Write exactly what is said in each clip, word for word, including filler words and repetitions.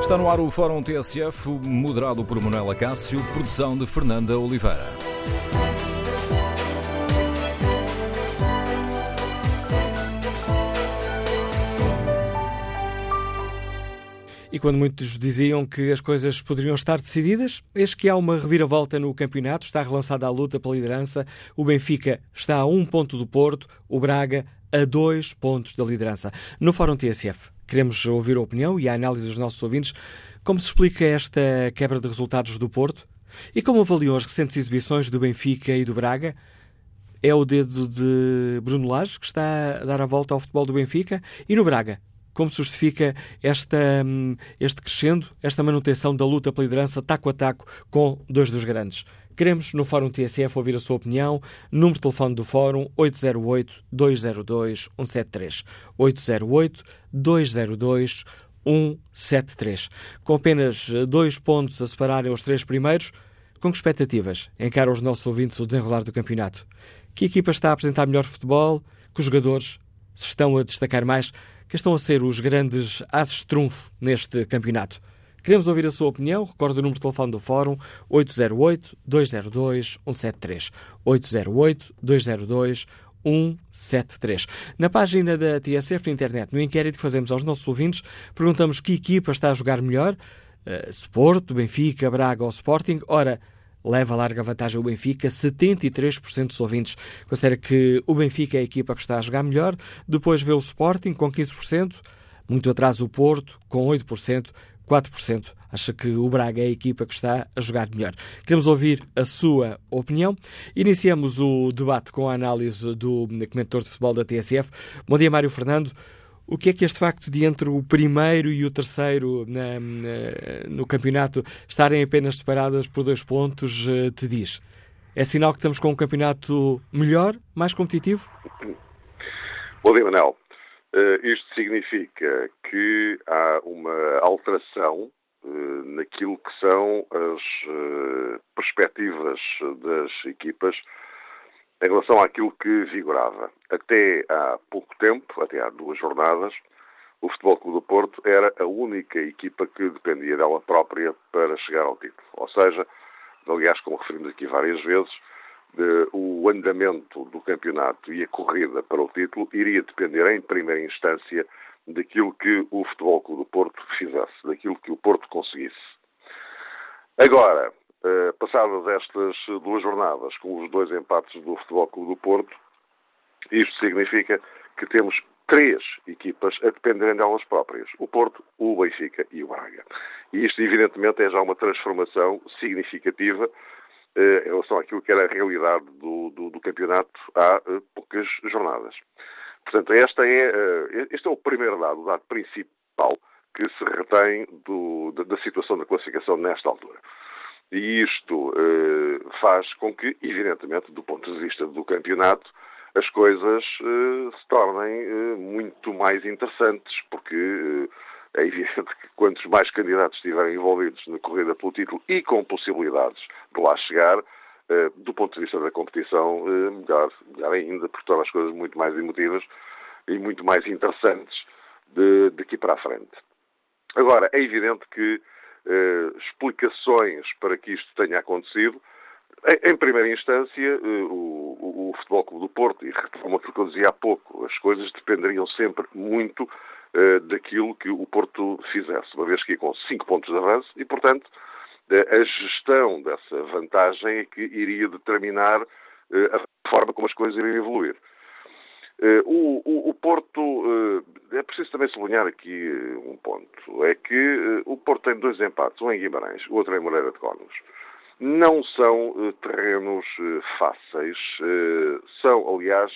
Está no ar o Fórum T S F, moderado por Manuel Acácio, produção de Fernanda Oliveira. E quando muitos diziam que as coisas poderiam estar decididas, eis que há uma reviravolta no campeonato, está relançada a luta pela liderança, o Benfica está a um ponto do Porto, o Braga a dois pontos da liderança. No Fórum T S F, queremos ouvir a opinião e a análise dos nossos ouvintes. Como se explica esta quebra de resultados do Porto? E como avaliam as recentes exibições do Benfica e do Braga? É o dedo de Bruno Lage que está a dar a volta ao futebol do Benfica? E no Braga? Como se justifica esta, este crescendo, esta manutenção da luta pela liderança taco a taco com dois dos grandes? Queremos, no Fórum T S F, ouvir a sua opinião. Número de telefone do Fórum oito zero oito, dois zero dois, um sete três. oito zero oito, dois zero dois, um sete três. Com apenas dois pontos a separarem os três primeiros, com que expectativas encaram os nossos ouvintes o desenrolar do campeonato? Que equipa está a apresentar melhor futebol? Que os jogadores se estão a destacar mais? Que estão a ser os grandes ases de trunfo neste campeonato? Queremos ouvir a sua opinião. Recordo o número de telefone do Fórum oito zero oito, dois zero dois, um sete três. oito zero oito, dois zero dois, um sete três. Na página da T S F na internet, no inquérito que fazemos aos nossos ouvintes, perguntamos que equipa está a jogar melhor. Uh, Sport, Benfica, Braga ou Sporting. Ora, leva a larga vantagem o Benfica. setenta e três por cento dos ouvintes considera que o Benfica é a equipa que está a jogar melhor. Depois vê o Sporting com quinze por cento. Muito atrás o Porto com oito por cento. quatro por cento acha que o Braga é a equipa que está a jogar melhor. Queremos ouvir a sua opinião. Iniciamos o debate com a análise do comentador de futebol da T S F. Bom dia, Mário Fernando. O que é que este facto de entre o primeiro e o terceiro na, na, no campeonato estarem apenas separadas por dois pontos te diz? É sinal que estamos com um campeonato melhor, mais competitivo? Bom dia, Manel. Uh, isto significa que há uma alteração uh, naquilo que são as uh, perspectivas das equipas em relação àquilo que vigorava. Até há pouco tempo, até há duas jornadas, o Futebol Clube do Porto era a única equipa que dependia dela própria para chegar ao título. Ou seja, aliás, como referimos aqui várias vezes, de, o andamento do campeonato e a corrida para o título iria depender em primeira instância daquilo que o Futebol Clube do Porto fizesse, daquilo que o Porto conseguisse. Agora, Uh, passadas estas duas jornadas, com os dois empates do Futebol Clube do Porto, isto significa que temos três equipas a dependerem delas próprias. O Porto, o Benfica e o Braga. E isto, evidentemente, é já uma transformação significativa uh, em relação àquilo que era a realidade do, do, do campeonato há uh, poucas jornadas. Portanto, esta é, uh, este é o primeiro dado, o dado principal que se retém do, da, da situação da classificação nesta altura. E isto eh, faz com que, evidentemente, do ponto de vista do campeonato, as coisas eh, se tornem eh, muito mais interessantes, porque eh, é evidente que quantos mais candidatos estiverem envolvidos na corrida pelo título e com possibilidades de lá chegar, eh, do ponto de vista da competição, eh, melhor, melhor ainda, porque torna as coisas muito mais emotivas e muito mais interessantes de, de aqui para a frente. Agora, é evidente que Uh, explicações para que isto tenha acontecido. Em, em primeira instância, uh, o, o, o Futebol Clube do Porto, e retomo aquilo que eu dizia há pouco, as coisas dependeriam sempre muito uh, daquilo que o Porto fizesse, uma vez que ia com cinco pontos de avanço, e, portanto, uh, a gestão dessa vantagem é que iria determinar uh, a forma como as coisas iriam evoluir. Uh, o, o, o Porto, uh, é preciso também sublinhar aqui uh, um ponto, é que uh, o Porto tem dois empates, um em Guimarães, o outro em Moreira de Cónegos. Não são uh, terrenos uh, fáceis, uh, são, aliás,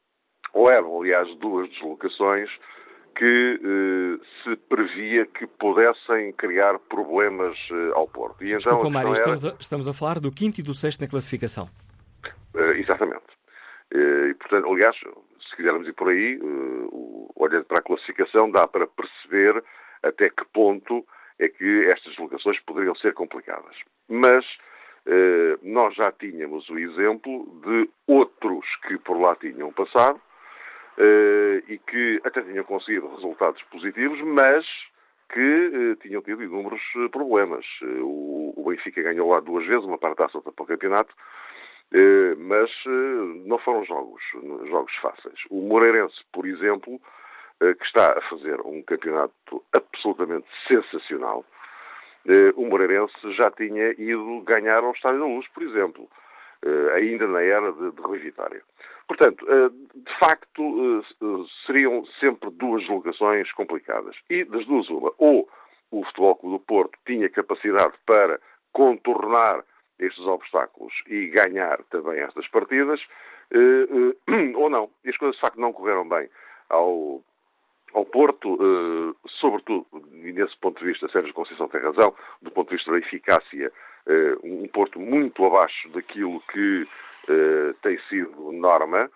ou eram, aliás, duas deslocações que uh, se previa que pudessem criar problemas uh, ao Porto. E então, Desculpa, Mário, era... estamos, a, estamos a falar do quinto e do sexto na classificação. Uh, exatamente. Uh, e, portanto, aliás, se quisermos ir por aí, uh, olhando para a classificação, dá para perceber até que ponto é que estas deslocações poderiam ser complicadas. Mas uh, nós já tínhamos o exemplo de outros que por lá tinham passado uh, e que até tinham conseguido resultados positivos, mas que eh, tinham tido inúmeros problemas. O, o Benfica ganhou lá duas vezes, uma parte-taça para o campeonato, eh, mas eh, não foram jogos, jogos fáceis. O Moreirense, por exemplo, eh, que está a fazer um campeonato absolutamente sensacional, eh, o Moreirense já tinha ido ganhar ao Estádio da Luz, por exemplo, eh, ainda na era de, de Rui Vitória. Portanto, eh, de facto, eh, seriam sempre duas locações complicadas. E das duas, uma, ou o Futebol Clube do Porto tinha capacidade para contornar estes obstáculos e ganhar também estas partidas, eh, eh, ou não. E as coisas, de facto, não correram bem ao, ao Porto, eh, sobretudo, e nesse ponto de vista, Sérgio Conceição tem razão, do ponto de vista da eficácia, eh, um Porto muito abaixo daquilo que eh, tem sido norma,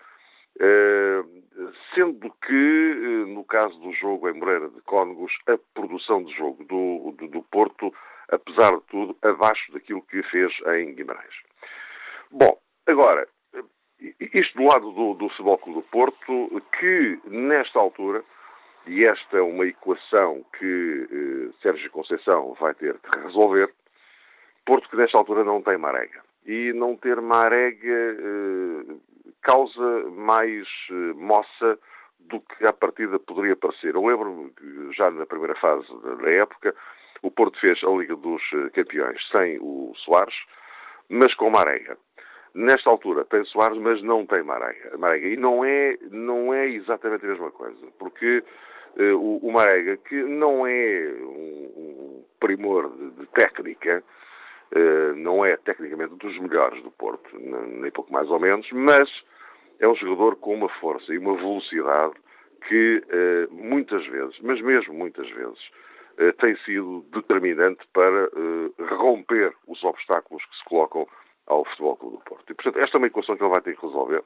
eh, sendo que, eh, no caso do jogo em Moreira de Cónegos, a produção de jogo do, do, do Porto, apesar de tudo, abaixo daquilo que fez em Guimarães. Bom, agora, isto do lado do, do Futebol Clube do Porto, que nesta altura, e esta é uma equação que eh, Sérgio Conceição vai ter que resolver, Porto que nesta altura não tem Marega. E não ter Marega eh, causa mais eh, moça do que à partida poderia parecer. Eu lembro-me que já na primeira fase da época, o Porto fez a Liga dos Campeões sem o Soares, mas com Marega. Nesta altura tem Soares, mas não tem Marega. Marega. E não é, não é exatamente a mesma coisa, porque uh, o, o Marega, que não é um, um primor de, de técnica, uh, não é tecnicamente dos melhores do Porto, nem pouco mais ou menos, mas é um jogador com uma força e uma velocidade que uh, muitas vezes, mas mesmo muitas vezes, uh, tem sido determinante para uh, romper os obstáculos que se colocam ao Futebol Clube do Porto. E, portanto, esta é uma equação que ele vai ter que resolver,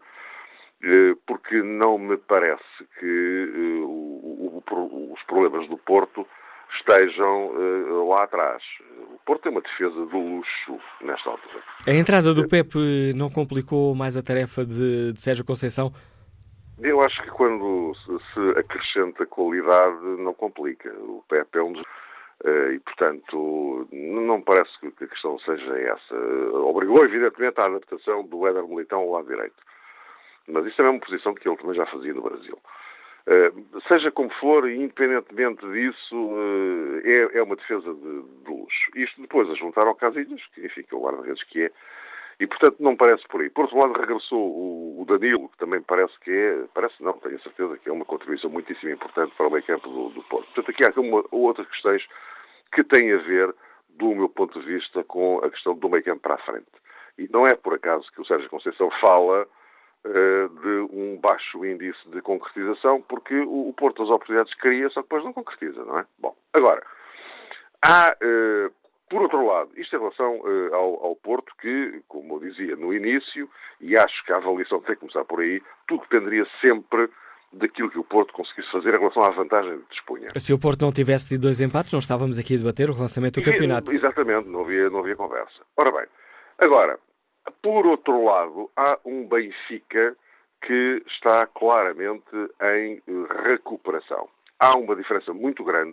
porque não me parece que o, o, os problemas do Porto estejam lá atrás. O Porto tem uma defesa de luxo nesta altura. A entrada do Pepe não complicou mais a tarefa de, de Sérgio Conceição? Eu acho que quando se, se acrescenta qualidade, não complica. O Pepe é um dos... Uh, e, portanto, não parece que a questão seja essa. Uh, obrigou, evidentemente, à adaptação do Éder Militão ao lado direito. Mas isso também é uma posição que ele também já fazia no Brasil. Uh, seja como for, independentemente disso, uh, é, é uma defesa de, de luxo. Isto depois a juntar ao Casillas, que, enfim, que é o guarda-redes que é, e, portanto, não parece por aí. Por outro lado, regressou o, o Danilo, que também parece que é, parece não, tenho a certeza que é uma contribuição muitíssimo importante para o meio campo do, do Porto. Portanto, aqui há uma ou outras questões que têm a ver, do meu ponto de vista, com a questão do meio campo para a frente. E não é por acaso que o Sérgio Conceição fala uh, de um baixo índice de concretização, porque o, o Porto as oportunidades cria, só que depois não concretiza, não é? Bom, agora, há... Uh, Por outro lado, isto em relação uh, ao, ao Porto, que, como eu dizia no início, e acho que a avaliação tem que começar por aí, tudo dependeria sempre daquilo que o Porto conseguisse fazer em relação à vantagem que dispunha. Se o Porto não tivesse tido dois empates, não estávamos aqui a debater o relançamento do e, campeonato. Exatamente, não havia, não havia conversa. Ora bem, agora, por outro lado, há um Benfica que está claramente em recuperação. Há uma diferença muito grande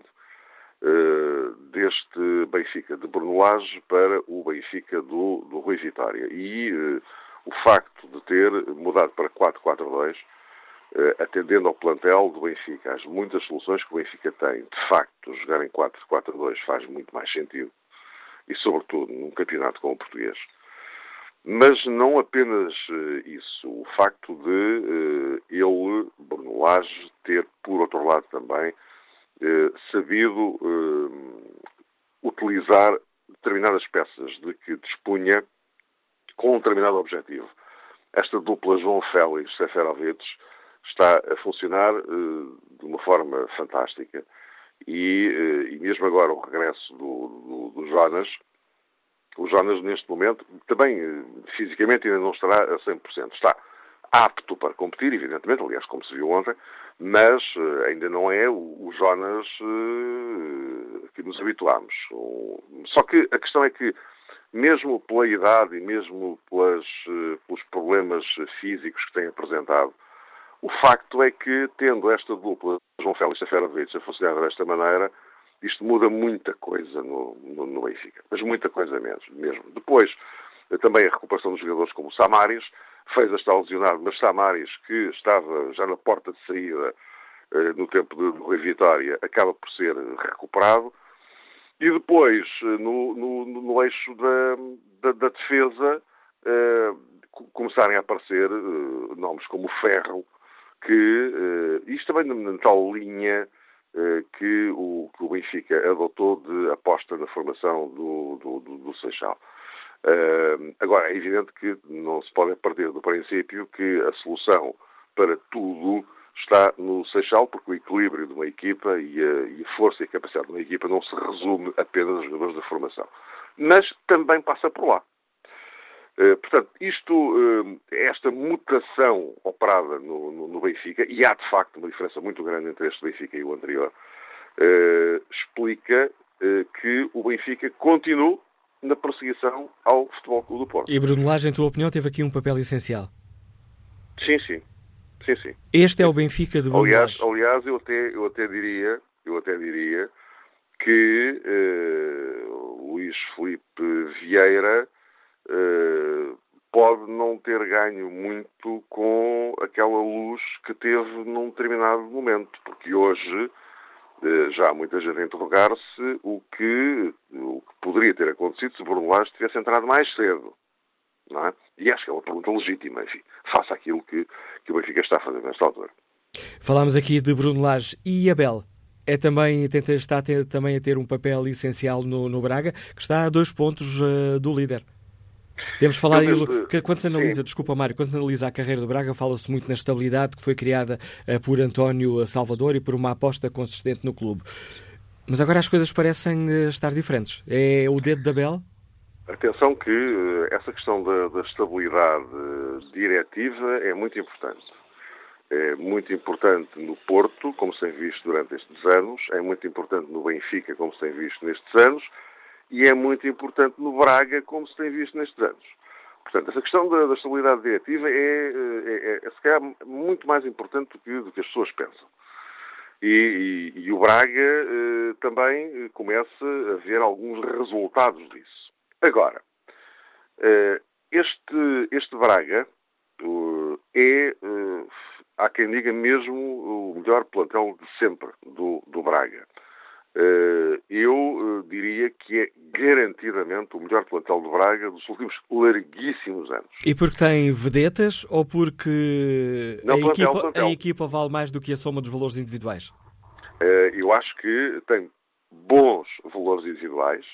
Uh, deste Benfica de Bruno Lage para o Benfica do, do Rui Vitória. E uh, o facto de ter mudado para quatro quatro dois, uh, atendendo ao plantel do Benfica, às muitas soluções que o Benfica tem, de facto, jogar em quatro quatro dois faz muito mais sentido. E, sobretudo, num campeonato como o português. Mas não apenas uh, isso. O facto de uh, ele, Bruno Lage, ter, por outro lado também, Eh, sabido eh, utilizar determinadas peças de que dispunha com um determinado objetivo. Esta dupla João Félix e Seferovic está a funcionar eh, de uma forma fantástica e, eh, e mesmo agora o regresso do, do, do Jonas, o Jonas neste momento também eh, fisicamente ainda não estará a cem por cento. Está apto para competir, evidentemente, aliás, como se viu ontem, mas uh, ainda não é o, o Jonas uh, que nos habituámos. Um, só que a questão é que, mesmo pela idade e mesmo pelas, uh, pelos problemas físicos que tem apresentado, o facto é que, tendo esta dupla, João Félix e Seferovic, a funcionar desta maneira, isto muda muita coisa no, no, no Benfica, mas muita coisa mesmo. mesmo. Depois, também a recuperação dos jogadores como o Samaris, fez a estar lesionado, mas Samaris, que estava já na porta de saída eh, no tempo de, de Rui Vitória, acaba por ser recuperado. E depois, no, no, no eixo da, da, da defesa, eh, começarem a aparecer eh, nomes como o Ferro, que, eh, isto também na tal linha eh, que, o, que o Benfica adotou de aposta na formação do, do, do, do Seixal. Uh, agora, é evidente que não se pode partir do princípio que a solução para tudo está no Seixal, porque o equilíbrio de uma equipa e a, e a força e a capacidade de uma equipa não se resume apenas aos jogadores da formação. Mas também passa por lá. Uh, portanto, isto, uh, esta mutação operada no, no, no Benfica, e há de facto uma diferença muito grande entre este Benfica e o anterior, uh, explica uh, que o Benfica continua na perseguição ao Futebol Clube do Porto. E Bruno Lage, em tua opinião, teve aqui um papel essencial. Sim, sim. Sim, sim. Este é o Benfica de Bruno aliás, Lage. Aliás, eu até, eu até diria, eu até diria que uh, Luís Filipe Vieira uh, pode não ter ganho muito com aquela luz que teve num determinado momento, porque hoje já há muita gente a interrogar-se o que, o que poderia ter acontecido se o Bruno Lage tivesse entrado mais cedo. Não é? E acho que é uma pergunta legítima, enfim, face àquilo que, que o Benfica está a fazer nesta altura. Falámos aqui de Bruno Lage e Abel. É também, tenta, está a ter, também a ter um papel essencial no, no Braga, que está a dois pontos uh, do líder. Temos falado aí, que, quando se analisa, sim. desculpa Mário, quando se analisa a carreira do Braga, fala-se muito na estabilidade que foi criada uh, por António Salvador e por uma aposta consistente no clube. Mas agora as coisas parecem uh, estar diferentes. É o dedo de Abel? Atenção que uh, essa questão da, da estabilidade uh, diretiva é muito importante. É muito importante no Porto, como se tem visto durante estes anos, é muito importante no Benfica, como se tem visto nestes anos, e é muito importante no Braga, como se tem visto nestes anos. Portanto, essa questão da, da estabilidade diretiva é, é, é, é, se calhar, muito mais importante do que, do que as pessoas pensam. E, e, e o Braga eh, também começa a ver alguns resultados disso. Agora, eh, este, este Braga uh, é, uh, há quem diga mesmo, o melhor plantel de sempre do, do Braga. Uh, eu uh, diria que é garantidamente o melhor plantel do Braga dos últimos larguíssimos anos. E porque tem vedetas ou porque Não, a, plantel, equipa, plantel. a equipa vale mais do que a soma dos valores individuais? Uh, eu acho que tem bons valores individuais,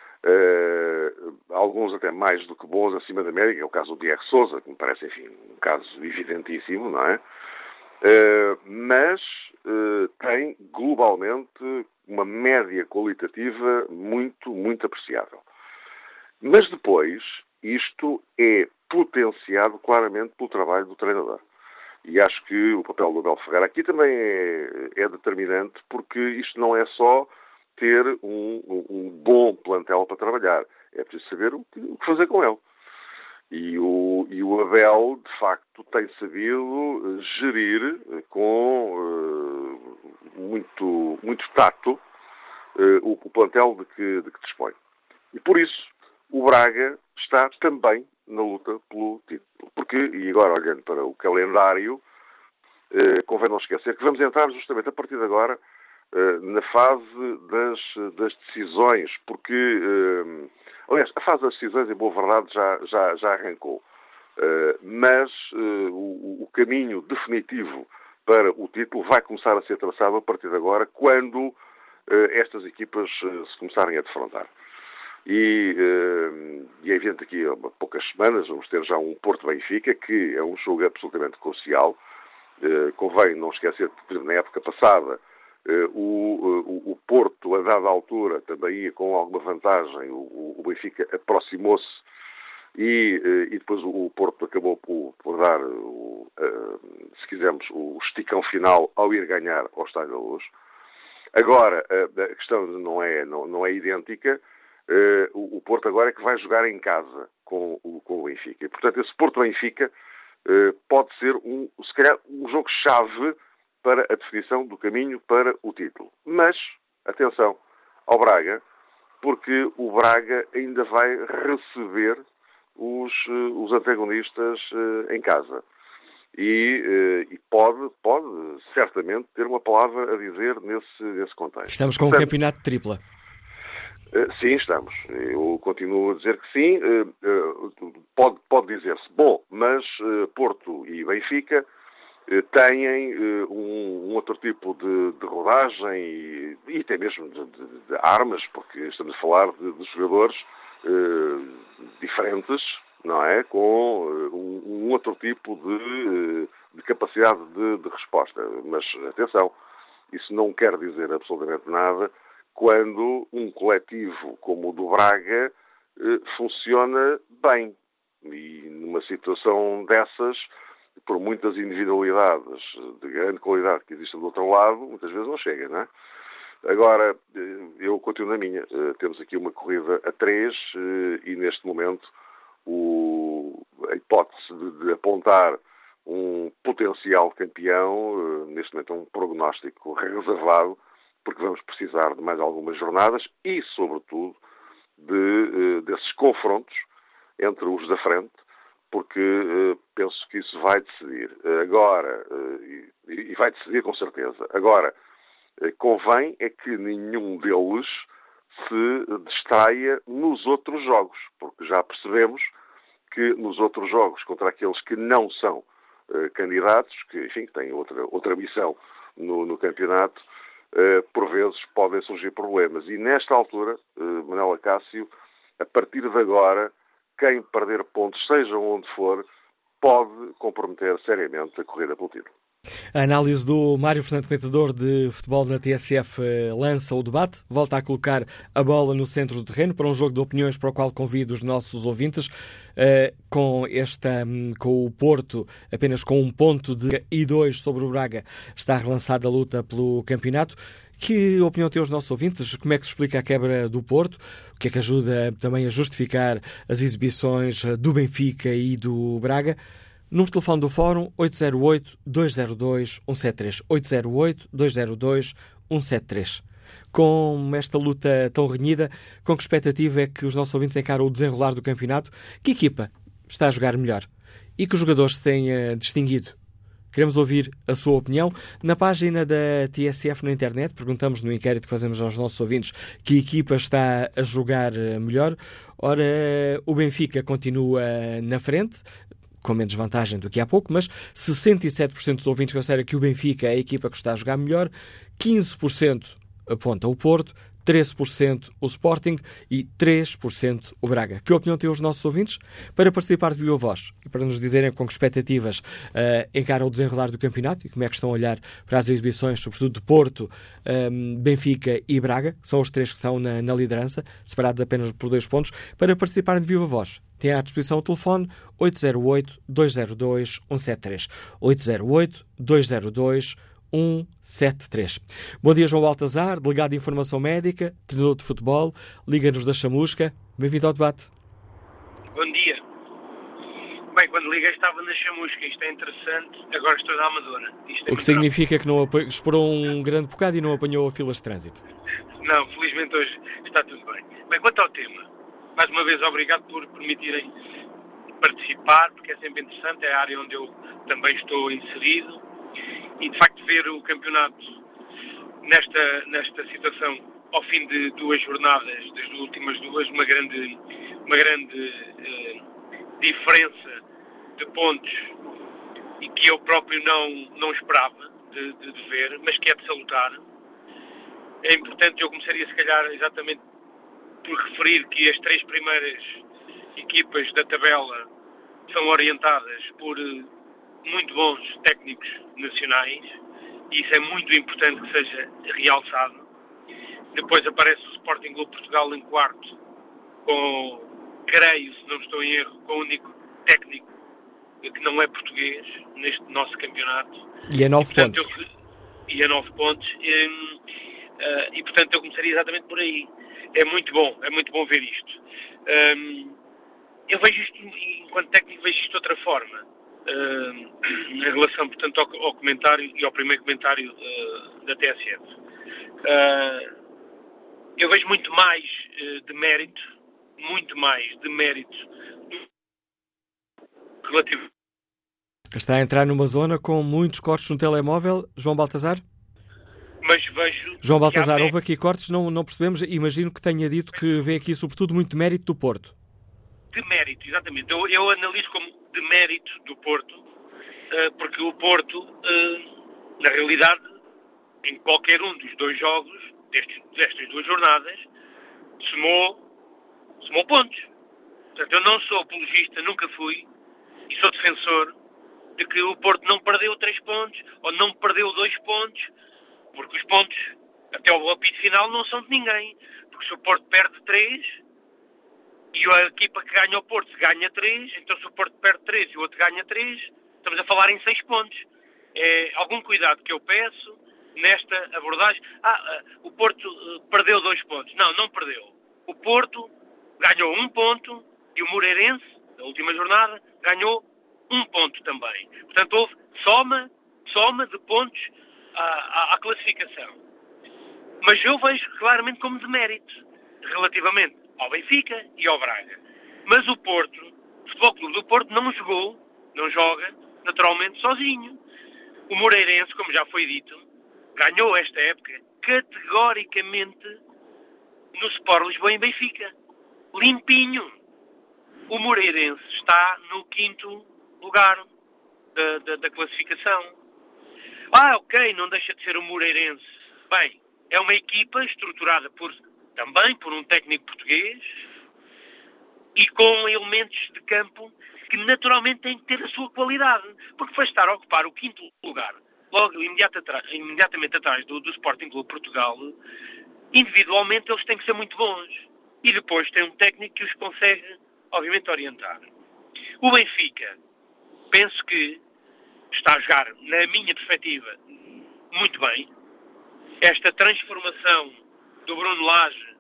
uh, alguns até mais do que bons, acima da média, que é o caso do Diego Sousa, que me parece, enfim, um caso evidentíssimo, não é? Uh, mas uh, tem globalmente uma média qualitativa muito, muito apreciável. Mas depois, isto é potenciado claramente pelo trabalho do treinador. E acho que o papel do Abel Ferreira aqui também é, é determinante, porque isto não é só ter um, um bom plantel para trabalhar. É preciso saber o que, o que fazer com ele. E o, e o Abel, de facto, tem sabido gerir com uh, muito, muito tato uh, o, o plantel de que, de que dispõe. E por isso, o Braga está também na luta pelo título. Porque, e agora olhando para o calendário, uh, convém não esquecer que vamos entrar justamente a partir de agora uh, na fase das, das decisões, porque... Uh, Aliás, a fase das decisões, em boa verdade, já, já, já arrancou. Uh, mas uh, o, o caminho definitivo para o título vai começar a ser traçado a partir de agora, quando uh, estas equipas uh, se começarem a defrontar. E, uh, e é evidente que há poucas semanas vamos ter já um Porto-Benfica, que é um jogo absolutamente crucial. Uh, convém não esquecer que, por exemplo, na época passada, Uh, o, o, o Porto, a dada altura, também ia com alguma vantagem, o, o Benfica aproximou-se e, uh, e depois o, o Porto acabou por, por dar, o, uh, se quisermos, o esticão final ao ir ganhar ao Estádio da Luz. Agora, uh, a questão não é, não, não é idêntica, uh, o, o Porto agora é que vai jogar em casa com o, com o Benfica. E, portanto, esse Porto-Benfica uh, pode ser, um, se calhar, um jogo-chave para a definição do caminho para o título. Mas, atenção, ao Braga, porque o Braga ainda vai receber os, os antagonistas em casa. E, e pode, pode certamente ter uma palavra a dizer nesse, nesse contexto. Estamos com Portanto, um campeonato de tripla. Sim, estamos. Eu continuo a dizer que sim. Pode, pode dizer-se. Bom, mas Porto e Benfica têm um, um outro tipo de, de rodagem e, e até mesmo de, de, de armas, porque estamos a falar de, de jogadores uh, diferentes, não é? Com um, um outro tipo de, de capacidade de, de resposta. Mas, atenção, isso não quer dizer absolutamente nada quando um coletivo como o do Braga uh, funciona bem. E numa situação dessas, por muitas individualidades de grande qualidade que existem do outro lado, muitas vezes não chega, não é? Agora, eu continuo na minha. Temos aqui uma corrida a três e, neste momento, o, a hipótese de, de apontar um potencial campeão, neste momento é um prognóstico reservado, porque vamos precisar de mais algumas jornadas e, sobretudo, de, desses confrontos entre os da frente, porque uh, penso que isso vai decidir. Uh, agora, uh, e, e vai decidir com certeza. Agora, uh, convém é que nenhum deles se distraia nos outros jogos, porque já percebemos que nos outros jogos, contra aqueles que não são uh, candidatos, que, enfim, que têm outra, outra missão no, no campeonato, uh, por vezes podem surgir problemas. E nesta altura, uh, Manuel Acácio, a partir de agora, quem perder pontos, seja onde for, pode comprometer seriamente a corrida pelo título. A análise do Mário Fernando, comentador de futebol na T S F, lança o debate, volta a colocar a bola no centro do terreno para um jogo de opiniões para o qual convido os nossos ouvintes. Uh, com, esta, com o Porto apenas com um ponto de e dois sobre o Braga, está relançada a luta pelo campeonato. Que opinião têm os nossos ouvintes? Como é que se explica a quebra do Porto? O que é que ajuda também a justificar as exibições do Benfica e do Braga? Número de telefone do Fórum oito zero oito, dois zero dois, um sete três. oito zero oito, dois zero dois, um sete três. Com esta luta tão renhida, com que expectativa é que os nossos ouvintes encaram o desenrolar do campeonato? Que equipa está a jogar melhor? E que os jogadores se têm distinguido? Queremos ouvir a sua opinião. Na página da T S F na internet, perguntamos no inquérito que fazemos aos nossos ouvintes que equipa está a jogar melhor. Ora, o Benfica continua na frente, com menos vantagem do que há pouco, mas sessenta e sete por cento dos ouvintes consideram que o Benfica é a equipa que está a jogar melhor, quinze por cento aponta o Porto, treze por cento o Sporting e três por cento o Braga. Que opinião têm os nossos ouvintes? Para participar de viva voz e para nos dizerem com que expectativas uh, encaram o desenrolar do campeonato e como é que estão a olhar para as exibições, sobretudo de Porto, um, Benfica e Braga, são os três que estão na, na liderança, separados apenas por dois pontos. Para participar de viva voz, tem à disposição o telefone oito zero oito, dois zero dois, um sete três. oito zero oito, dois zero dois, um sete três. Bom dia, João Baltazar, delegado de Informação Médica, treinador de futebol, Liga-nos da Chamusca. Bem-vindo ao debate. Bom dia. Bem, quando liguei estava na Chamusca, isto é interessante, agora estou na Amadora. Isto é o que significa que não ap- esperou um grande bocado e não apanhou filas de trânsito. Não, felizmente hoje está tudo bem. Bem, quanto ao tema, mais uma vez obrigado por permitirem participar, porque é sempre interessante, é a área onde eu também estou inserido. E, de facto, ver o campeonato nesta, nesta situação, ao fim de duas jornadas, das últimas duas, uma grande, uma grande eh, diferença de pontos e que eu próprio não, não esperava de, de, de ver, mas que é de salutar. É importante, eu começaria, se calhar, exatamente por referir que as três primeiras equipas da tabela são orientadas por muito bons técnicos nacionais e isso é muito importante que seja realçado. Depois aparece o Sporting Clube Portugal em quarto, com, creio, se não estou em erro, com o único técnico que não é português neste nosso campeonato. E é nove e, portanto, pontos. Eu, e é nove pontos. E, uh, e, portanto, eu começaria exatamente por aí. É muito bom, é muito bom ver isto. Um, eu vejo isto, enquanto técnico, vejo isto de outra forma. Uh, em relação, portanto, ao, ao comentário e ao primeiro comentário uh, da T S F. Uh, eu vejo muito mais uh, de mérito, muito mais de mérito relativo. Está a entrar numa zona com muitos cortes no telemóvel, João Baltazar? Mas vejo... João Baltazar, houve aqui cortes, não, não percebemos, imagino que tenha dito que vê aqui sobretudo muito mérito do Porto. De mérito, exatamente. Eu, eu analiso como de mérito do Porto, uh, porque o Porto, uh, na realidade, em qualquer um dos dois jogos, destes, destas duas jornadas, somou, somou pontos. Portanto, eu não sou apologista, nunca fui, e sou defensor de que o Porto não perdeu três pontos, ou não perdeu dois pontos, porque os pontos, até o apito final, não são de ninguém. Porque se o Porto perde três, e a equipa que ganha o Porto ganha três, então se o Porto perde três e o outro ganha três, estamos a falar em seis pontos. É algum cuidado que eu peço nesta abordagem. Ah, o Porto uh, perdeu dois pontos. Não, não perdeu. O Porto ganhou um ponto e o Moreirense, na última jornada, ganhou um ponto também. Portanto, houve soma, soma de pontos à, à, à classificação. Mas eu vejo claramente como de mérito, relativamente ao Benfica e ao Braga. Mas o Porto, o Futebol Clube do Porto, não jogou, não joga, naturalmente, sozinho. O Moreirense, como já foi dito, ganhou esta época categoricamente no Sport Lisboa em Benfica. Limpinho. O Moreirense está no quinto lugar da, da, da classificação. Ah, ok, não deixa de ser o Moreirense. Bem, é uma equipa estruturada por, também por um técnico português e com elementos de campo que naturalmente têm que ter a sua qualidade, porque foi estar a ocupar o quinto lugar, logo imediato atrás, imediatamente atrás do, do Sporting Clube Portugal. Individualmente eles têm que ser muito bons e depois tem um técnico que os consegue, obviamente, orientar. O Benfica, penso que está a jogar, na minha perspectiva, muito bem. Esta transformação do Bruno Lage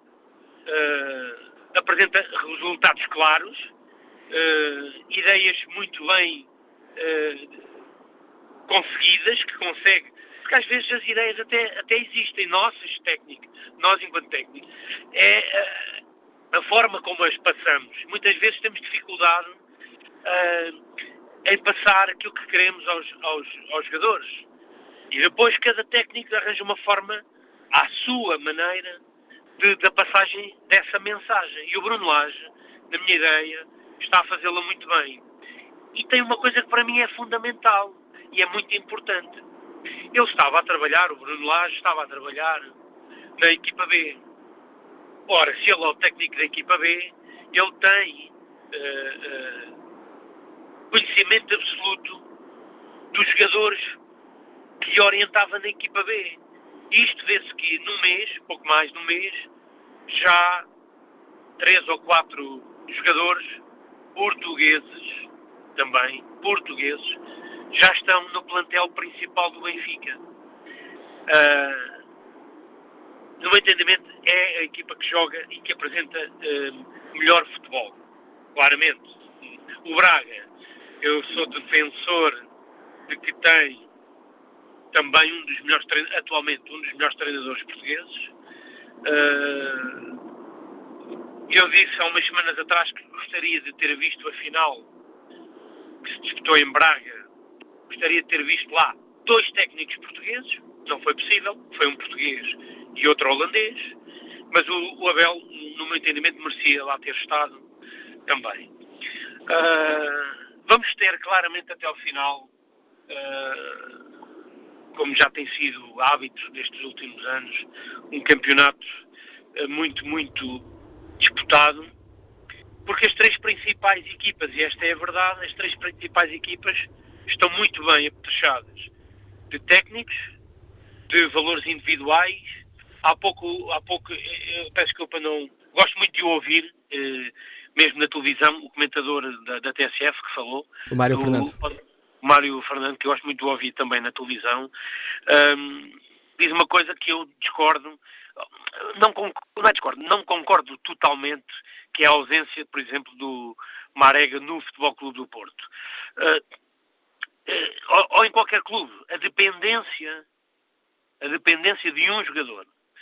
uh, apresenta resultados claros, uh, ideias muito bem uh, conseguidas, que consegue, porque às vezes as ideias até, até existem, nossas técnicas, nós enquanto técnicos, é uh, a forma como as passamos. Muitas vezes temos dificuldade uh, em passar aquilo que queremos aos, aos, aos jogadores. E depois cada técnico arranja uma forma, à sua maneira, de, da passagem dessa mensagem. E o Bruno Lage, na minha ideia, está a fazê-la muito bem. E tem uma coisa que para mim é fundamental e é muito importante. Ele estava a trabalhar, o Bruno Lage estava a trabalhar na equipa B. Ora, se ele é o técnico da equipa B, ele tem uh, uh, conhecimento absoluto dos jogadores que orientava na equipa B. Isto vê-se que no mês, pouco mais de um mês, já três ou quatro jogadores portugueses, também portugueses, já estão no plantel principal do Benfica. Uh, no meu entendimento, é a equipa que joga e que apresenta uh, melhor futebol. Claramente. O Braga, eu sou defensor de que tem também um dos melhores, atualmente um dos melhores treinadores portugueses. Uh, eu disse há umas semanas atrás que gostaria de ter visto a final que se disputou em Braga. Gostaria de ter visto lá dois técnicos portugueses. Não foi possível. Foi um português e outro holandês. Mas o, o Abel, no meu entendimento, merecia lá ter estado também. Uh, vamos ter claramente até ao final, uh, como já tem sido hábito destes últimos anos, um campeonato uh, muito, muito disputado, porque as três principais equipas, e esta é a verdade, as três principais equipas estão muito bem apetrechadas de técnicos, de valores individuais. Há pouco, há pouco, eu peço desculpa, não gosto muito de o ouvir, uh, mesmo na televisão, o comentador da, da T S F que falou. O Mário o, Fernando. O Mário Fernando, que eu gosto muito de ouvir também na televisão, um, diz uma coisa que eu discordo, não, não é discordo, não concordo totalmente, que é a ausência, por exemplo, do Marega no Futebol Clube do Porto. Uh, uh, ou, ou em qualquer clube, a dependência, a dependência de um jogador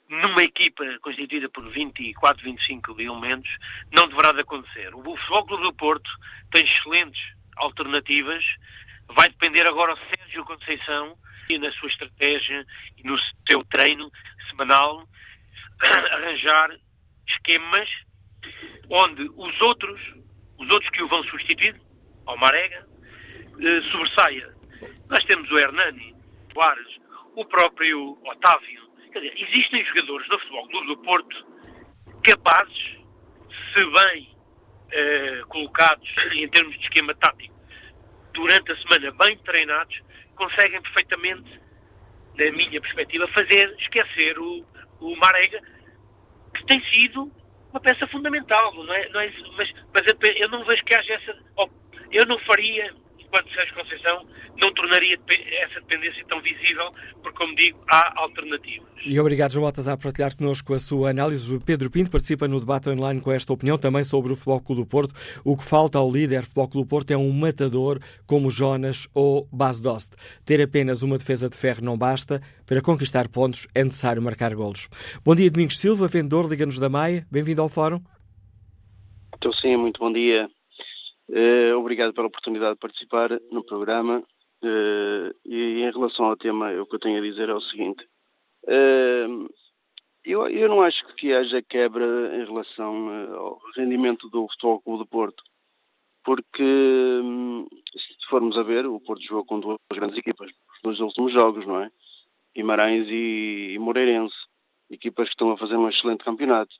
numa equipa constituída por vinte e quatro, vinte e cinco elementos, não deverá de acontecer. O Futebol Clube do Porto tem excelentes alternativas, vai depender agora do Sérgio Conceição e na sua estratégia e no seu treino semanal arranjar esquemas onde os outros, os outros que o vão substituir, ao Marega, eh, sobressaia. Nós temos o Hernani, o Ares, o próprio Otávio. Quer dizer, existem jogadores no Futebol Clube do Porto capazes, se bem eh, colocados em termos de esquema tático, durante a semana bem treinados, conseguem perfeitamente, na minha perspectiva, fazer esquecer o, o Marega, que tem sido uma peça fundamental, não é? Não é mas, mas eu não vejo que haja essa... Eu não faria, enquanto Sérgio Conceição, não tornaria essa dependência tão visível, porque, como digo, há alternativas. E obrigado, João Baltazar, por partilhar connosco a sua análise. O Pedro Pinto participa no debate online com esta opinião, também sobre o Futebol Clube do Porto. O que falta ao líder Futebol Clube do Porto é um matador como Jonas ou Bas Dost. Ter apenas uma defesa de ferro não basta. Para conquistar pontos é necessário marcar golos. Bom dia, Domingos Silva, vendedor, Liga-nos da Maia. Bem-vindo ao Fórum. Então sim, muito bom dia. Uh, obrigado pela oportunidade de participar no programa. Uh, e em relação ao tema, o que eu tenho a dizer é o seguinte. Uh, eu, eu não acho que haja quebra em relação uh, ao rendimento do Futebol Clube do Porto, porque um, se formos a ver, o Porto jogou com duas grandes equipas nos últimos jogos, não é? Guimarães e, e Moreirense, equipas que estão a fazer um excelente campeonato.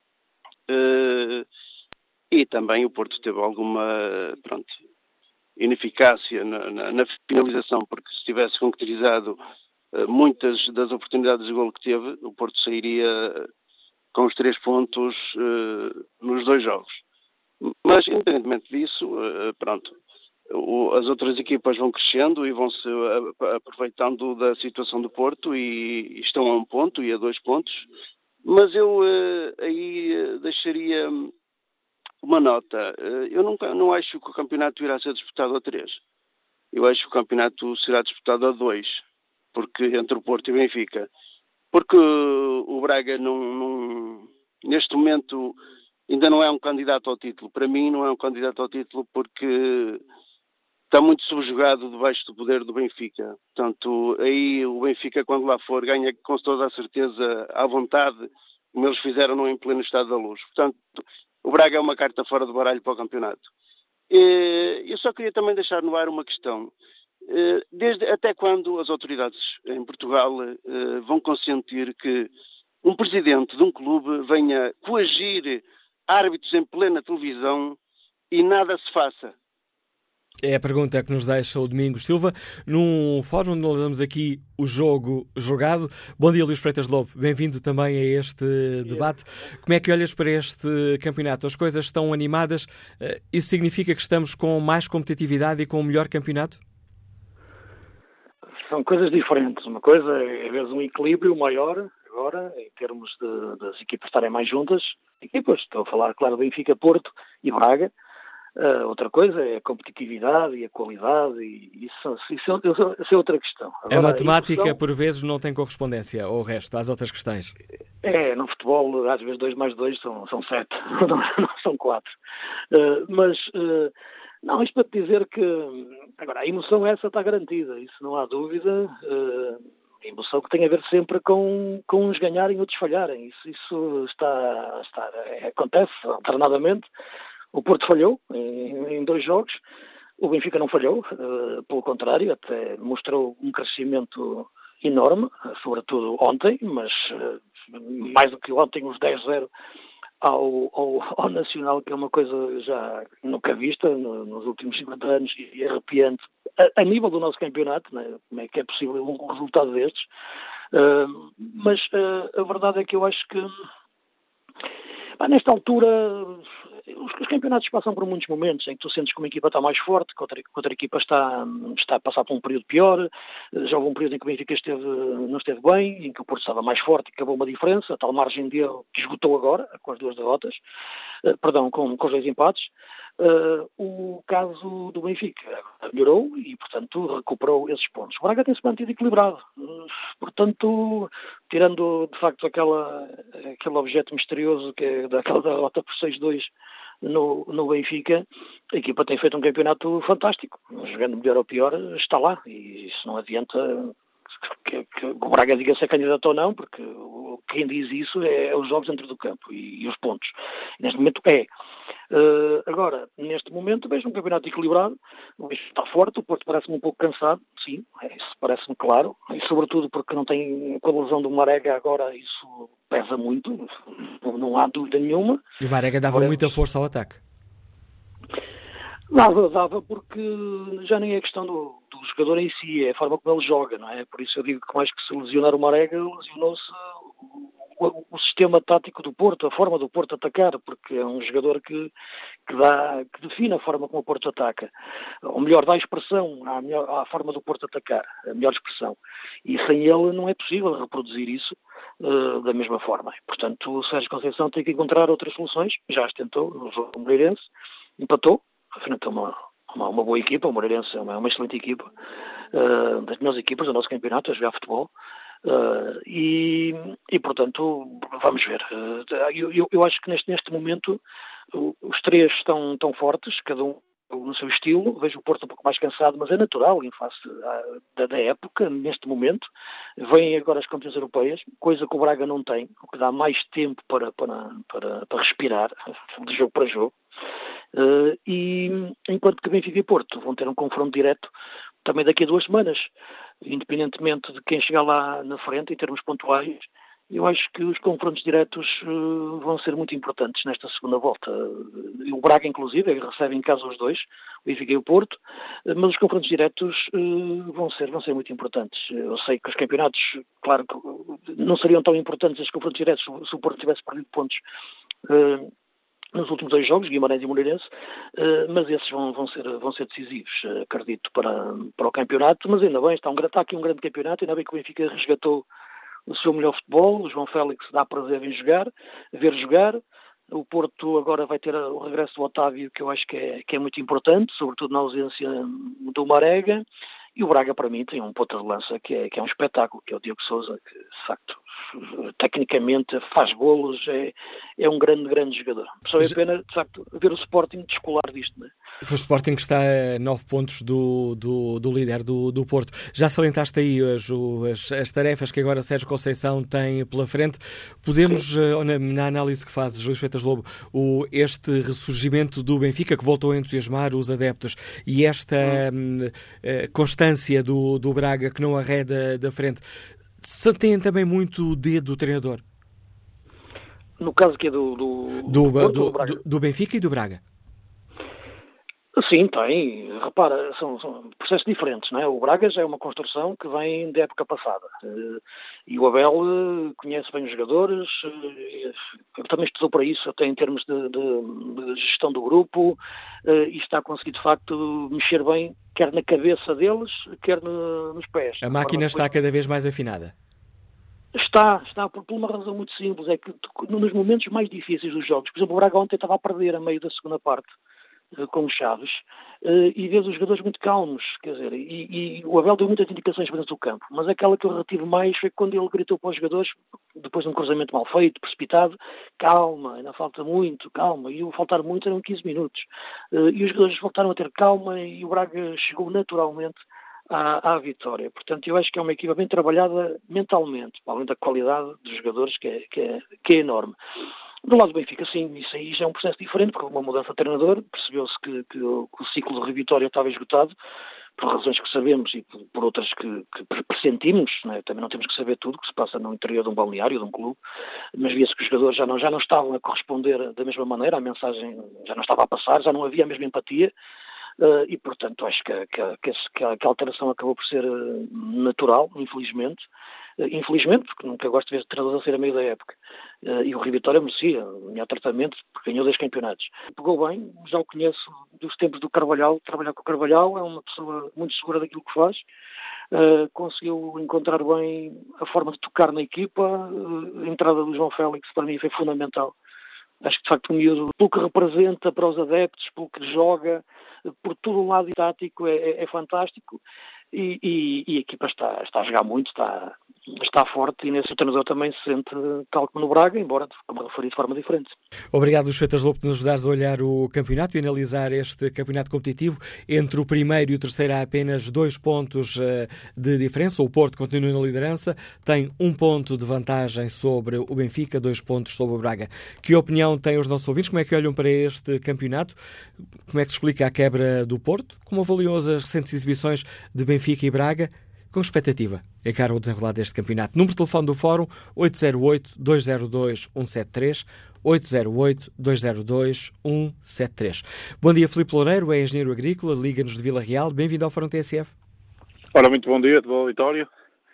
Uh, e também o Porto teve alguma, pronto, ineficácia na, na, na finalização, porque se tivesse concretizado uh, muitas das oportunidades de golo que teve, o Porto sairia com os três pontos uh, nos dois jogos. Mas, independentemente disso, uh, pronto, o, as outras equipas vão crescendo e vão-se uh, aproveitando da situação do Porto e, e estão a um ponto e a dois pontos. Mas eu uh, aí uh, deixaria uma nota. Eu nunca, não acho que o campeonato irá ser disputado a três. Eu acho que o campeonato será disputado a dois, porque entre o Porto e o Benfica. Porque o Braga, não, não, neste momento, ainda não é um candidato ao título. Para mim, não é um candidato ao título porque está muito subjugado debaixo do poder do Benfica. Portanto, aí o Benfica, quando lá for, ganha com toda a certeza à vontade, como eles fizeram no em pleno estado da luz. Portanto, o Braga é uma carta fora do baralho para o campeonato. Eu só queria também deixar no ar uma questão. Desde, até quando as autoridades em Portugal vão consentir que um presidente de um clube venha coagir árbitros em plena televisão e nada se faça? É a pergunta que nos deixa o Domingos Silva, num fórum onde nós damos aqui o jogo jogado. Bom dia, Luís Freitas Lobo. Bem-vindo também a este debate. Como é que olhas para este campeonato? As coisas estão animadas. Isso significa que estamos com mais competitividade e com um melhor campeonato? São coisas diferentes. Uma coisa é, às vezes, um equilíbrio maior, agora, em termos de, das equipas estarem mais juntas. Equipas, estou a falar, claro, Benfica, Porto e Braga. Uh, outra coisa é a competitividade e a qualidade, e isso, isso, isso, isso é outra questão. Agora, a matemática, a emoção, por vezes, não tem correspondência ao resto, às outras questões. É, no futebol, às vezes dois mais dois são, são sete, não, não são quatro. Uh, mas, uh, não, isto para te dizer que, agora, a emoção essa está garantida, isso não há dúvida. Uh, a emoção que tem a ver sempre com, com uns ganharem e outros falharem. Isso, isso está, está, é, acontece alternadamente. O Porto falhou em, em dois jogos, o Benfica não falhou, uh, pelo contrário, até mostrou um crescimento enorme, sobretudo ontem, mas uh, mais do que ontem, os dez a zero ao, ao, ao Nacional, que é uma coisa já nunca vista no, nos últimos cinquenta anos e arrepiante, a, a nível do nosso campeonato, né? Como é que é possível um resultado destes? Uh, mas uh, a verdade é que eu acho que, ah, nesta altura, os, os campeonatos passam por muitos momentos em que tu sentes que uma equipa está mais forte, que outra, que outra equipa está, está a passar por um período pior. Já houve um período em que o Benfica esteve, não esteve bem, em que o Porto estava mais forte e acabou uma diferença, a tal margem de erro que esgotou agora, com as duas derrotas, uh, perdão, com, com os dois empates. Uh, o caso do Benfica melhorou e, portanto, recuperou esses pontos. O Braga tem-se mantido equilibrado. Uh, portanto, tirando, de facto, aquela, aquele objeto misterioso que é daquela derrota por seis dois no, no Benfica, a equipa tem feito um campeonato fantástico. Jogando melhor ou pior, está lá. E isso não adianta que, que o Braga diga se é candidato ou não, porque quem diz isso é, é os jogos dentro do campo e, e os pontos. Neste momento é. Uh, agora, neste momento, vejo um campeonato equilibrado, o Benfica está forte, o Porto parece-me um pouco cansado, sim, é, isso parece-me claro, e sobretudo porque não tem, com a lesão do Marega agora, isso pesa muito, não há dúvida nenhuma. E o Marega dava agora, muita força ao ataque. Dava, dava, porque já nem é questão do, do jogador em si, é a forma como ele joga, não é? Por isso eu digo que mais que se lesionar o Marega, lesionou-se o, o sistema tático do Porto, a forma do Porto atacar, porque é um jogador que, que, dá, que define a forma como o Porto ataca. Ou melhor, dá expressão à, melhor, à forma do Porto atacar, a melhor expressão. E sem ele não é possível reproduzir isso uh, da mesma forma. Portanto, o Sérgio Conceição tem que encontrar outras soluções, já as tentou no jogo do Moreirense, empatou, afinal tem uma, uma, uma boa equipa, o Moreirense é uma, uma excelente equipa, uh, das melhores equipas do nosso campeonato a jogar futebol. Uh, e, e, portanto, vamos ver. Uh, eu, eu, eu acho que neste, neste momento uh, os três estão tão fortes, cada um no seu estilo. Vejo o Porto um pouco mais cansado, mas é natural em face da, da época, neste momento. Vêm agora as competições europeias, coisa que o Braga não tem, o que dá mais tempo para, para, para, para respirar, de jogo para jogo. Uh, e enquanto que Benfica e Porto vão ter um confronto direto também daqui a duas semanas, independentemente de quem chegar lá na frente em termos pontuais. Eu acho que os confrontos diretos uh, vão ser muito importantes nesta segunda volta. Uh, o Braga, inclusive, recebe em casa os dois, o Benfica e o Porto, uh, mas os confrontos diretos uh, vão ser, vão ser muito importantes. Eu sei que os campeonatos, claro, que não seriam tão importantes os confrontos diretos se o Porto tivesse perdido pontos uh, nos últimos dois jogos, Guimarães e Moreirense, uh, mas esses vão, vão, ser, vão ser decisivos, uh, acredito, para, para o campeonato. Mas ainda bem, está, um, está aqui um grande campeonato, ainda bem que o Benfica resgatou o seu melhor futebol. O João Félix dá prazer em jogar, ver jogar. O Porto agora vai ter o regresso do Otávio, que eu acho que é, que é muito importante, sobretudo na ausência do Marega. E o Braga, para mim, tem um ponta de lança que é, que é um espetáculo, que é o Diogo Sousa, que, de facto, tecnicamente faz golos, é, é um grande, grande jogador. Só é pena, de facto, ver o Sporting descolar disto, não é? O Sporting que está a nove pontos do, do, do líder do, do Porto. Já salientaste aí as, as, as tarefas que agora Sérgio Conceição tem pela frente. Podemos, na, na análise que fazes, Luís Freitas Lobo, o, este ressurgimento do Benfica, que voltou a entusiasmar os adeptos, e esta hum, constância do, do Braga, que não arreda da frente, tem também muito o dedo do treinador? No caso que é do... Do, do, Porto, do, do, do, do Benfica e do Braga. Sim, tem. Repara, são, são processos diferentes, não é? O Braga já é uma construção que vem da época passada. E o Abel conhece bem os jogadores, também estudou para isso, até em termos de, de, de gestão do grupo, e está a conseguir, de facto, mexer bem, quer na cabeça deles, quer no, nos pés. A máquina está depois... cada vez mais afinada. Está, está, por, por uma razão muito simples, é que nos momentos mais difíceis dos jogos, por exemplo, o Braga ontem estava a perder a meio da segunda parte, com o Chaves, e vês os jogadores muito calmos, quer dizer, e, e o Abel deu muitas indicações dentro do campo, mas aquela que eu retive mais foi quando ele gritou para os jogadores, depois de um cruzamento mal feito, precipitado, calma, ainda falta muito, calma, e o faltar muito eram quinze minutos, e os jogadores voltaram a ter calma e o Braga chegou naturalmente à, à vitória. Portanto, eu acho que é uma equipa bem trabalhada mentalmente, além da qualidade dos jogadores, que é, que é, que é enorme. Do lado do Benfica, sim, isso aí já é um processo diferente, porque uma mudança de treinador, percebeu-se que, que, o, que o ciclo de revitória estava esgotado, por razões que sabemos e por, por outras que, que pressentimos, né? Também não temos que saber tudo o que se passa no interior de um balneário, de um clube, mas via-se que os jogadores já não, já não estavam a corresponder da mesma maneira, a mensagem já não estava a passar, já não havia a mesma empatia, uh, e portanto acho que, que, que, que, a, que a alteração acabou por ser uh, natural, infelizmente, infelizmente, porque nunca gosto de ver treinadores a ser a meio da época. Uh, e o Rio Vitória merecia o melhor tratamento, porque ganhou dois campeonatos. Pegou bem, já o conheço dos tempos do Carvalhal, trabalhar com o Carvalhal, é uma pessoa muito segura daquilo que faz, uh, conseguiu encontrar bem a forma de tocar na equipa, uh, a entrada do João Félix para mim foi fundamental Acho que, de facto, o miúdo, pelo que representa para os adeptos, pelo que joga, por todo o lado tático, é, é, é fantástico. E, e, e a equipa está, está a jogar muito, está, está forte, e nesse treinador também se sente tal como no Braga, embora, como referi, de forma diferente. Obrigado, Luís Freitas Lobo, por nos ajudares a olhar o campeonato e analisar este campeonato competitivo. Entre o primeiro e o terceiro há apenas dois pontos uh, de diferença. O Porto continua na liderança, tem um ponto de vantagem sobre o Benfica, dois pontos sobre o Braga. Que opinião têm os nossos ouvintes? Como é que olham para este campeonato? Como é que se explica a quebra do Porto? Como avaliam as recentes exibições de Benfica e Braga? Com expectativa, encara o desenrolar deste campeonato. Número de telefone do Fórum oito zero oito, dois zero dois, um sete três, oito zero oito, dois zero dois, um sete três. Bom dia, Filipe Loureiro, é engenheiro agrícola, liga-nos de Vila Real. Bem-vindo ao Fórum T S F. Ora, muito bom dia, de boa vitória.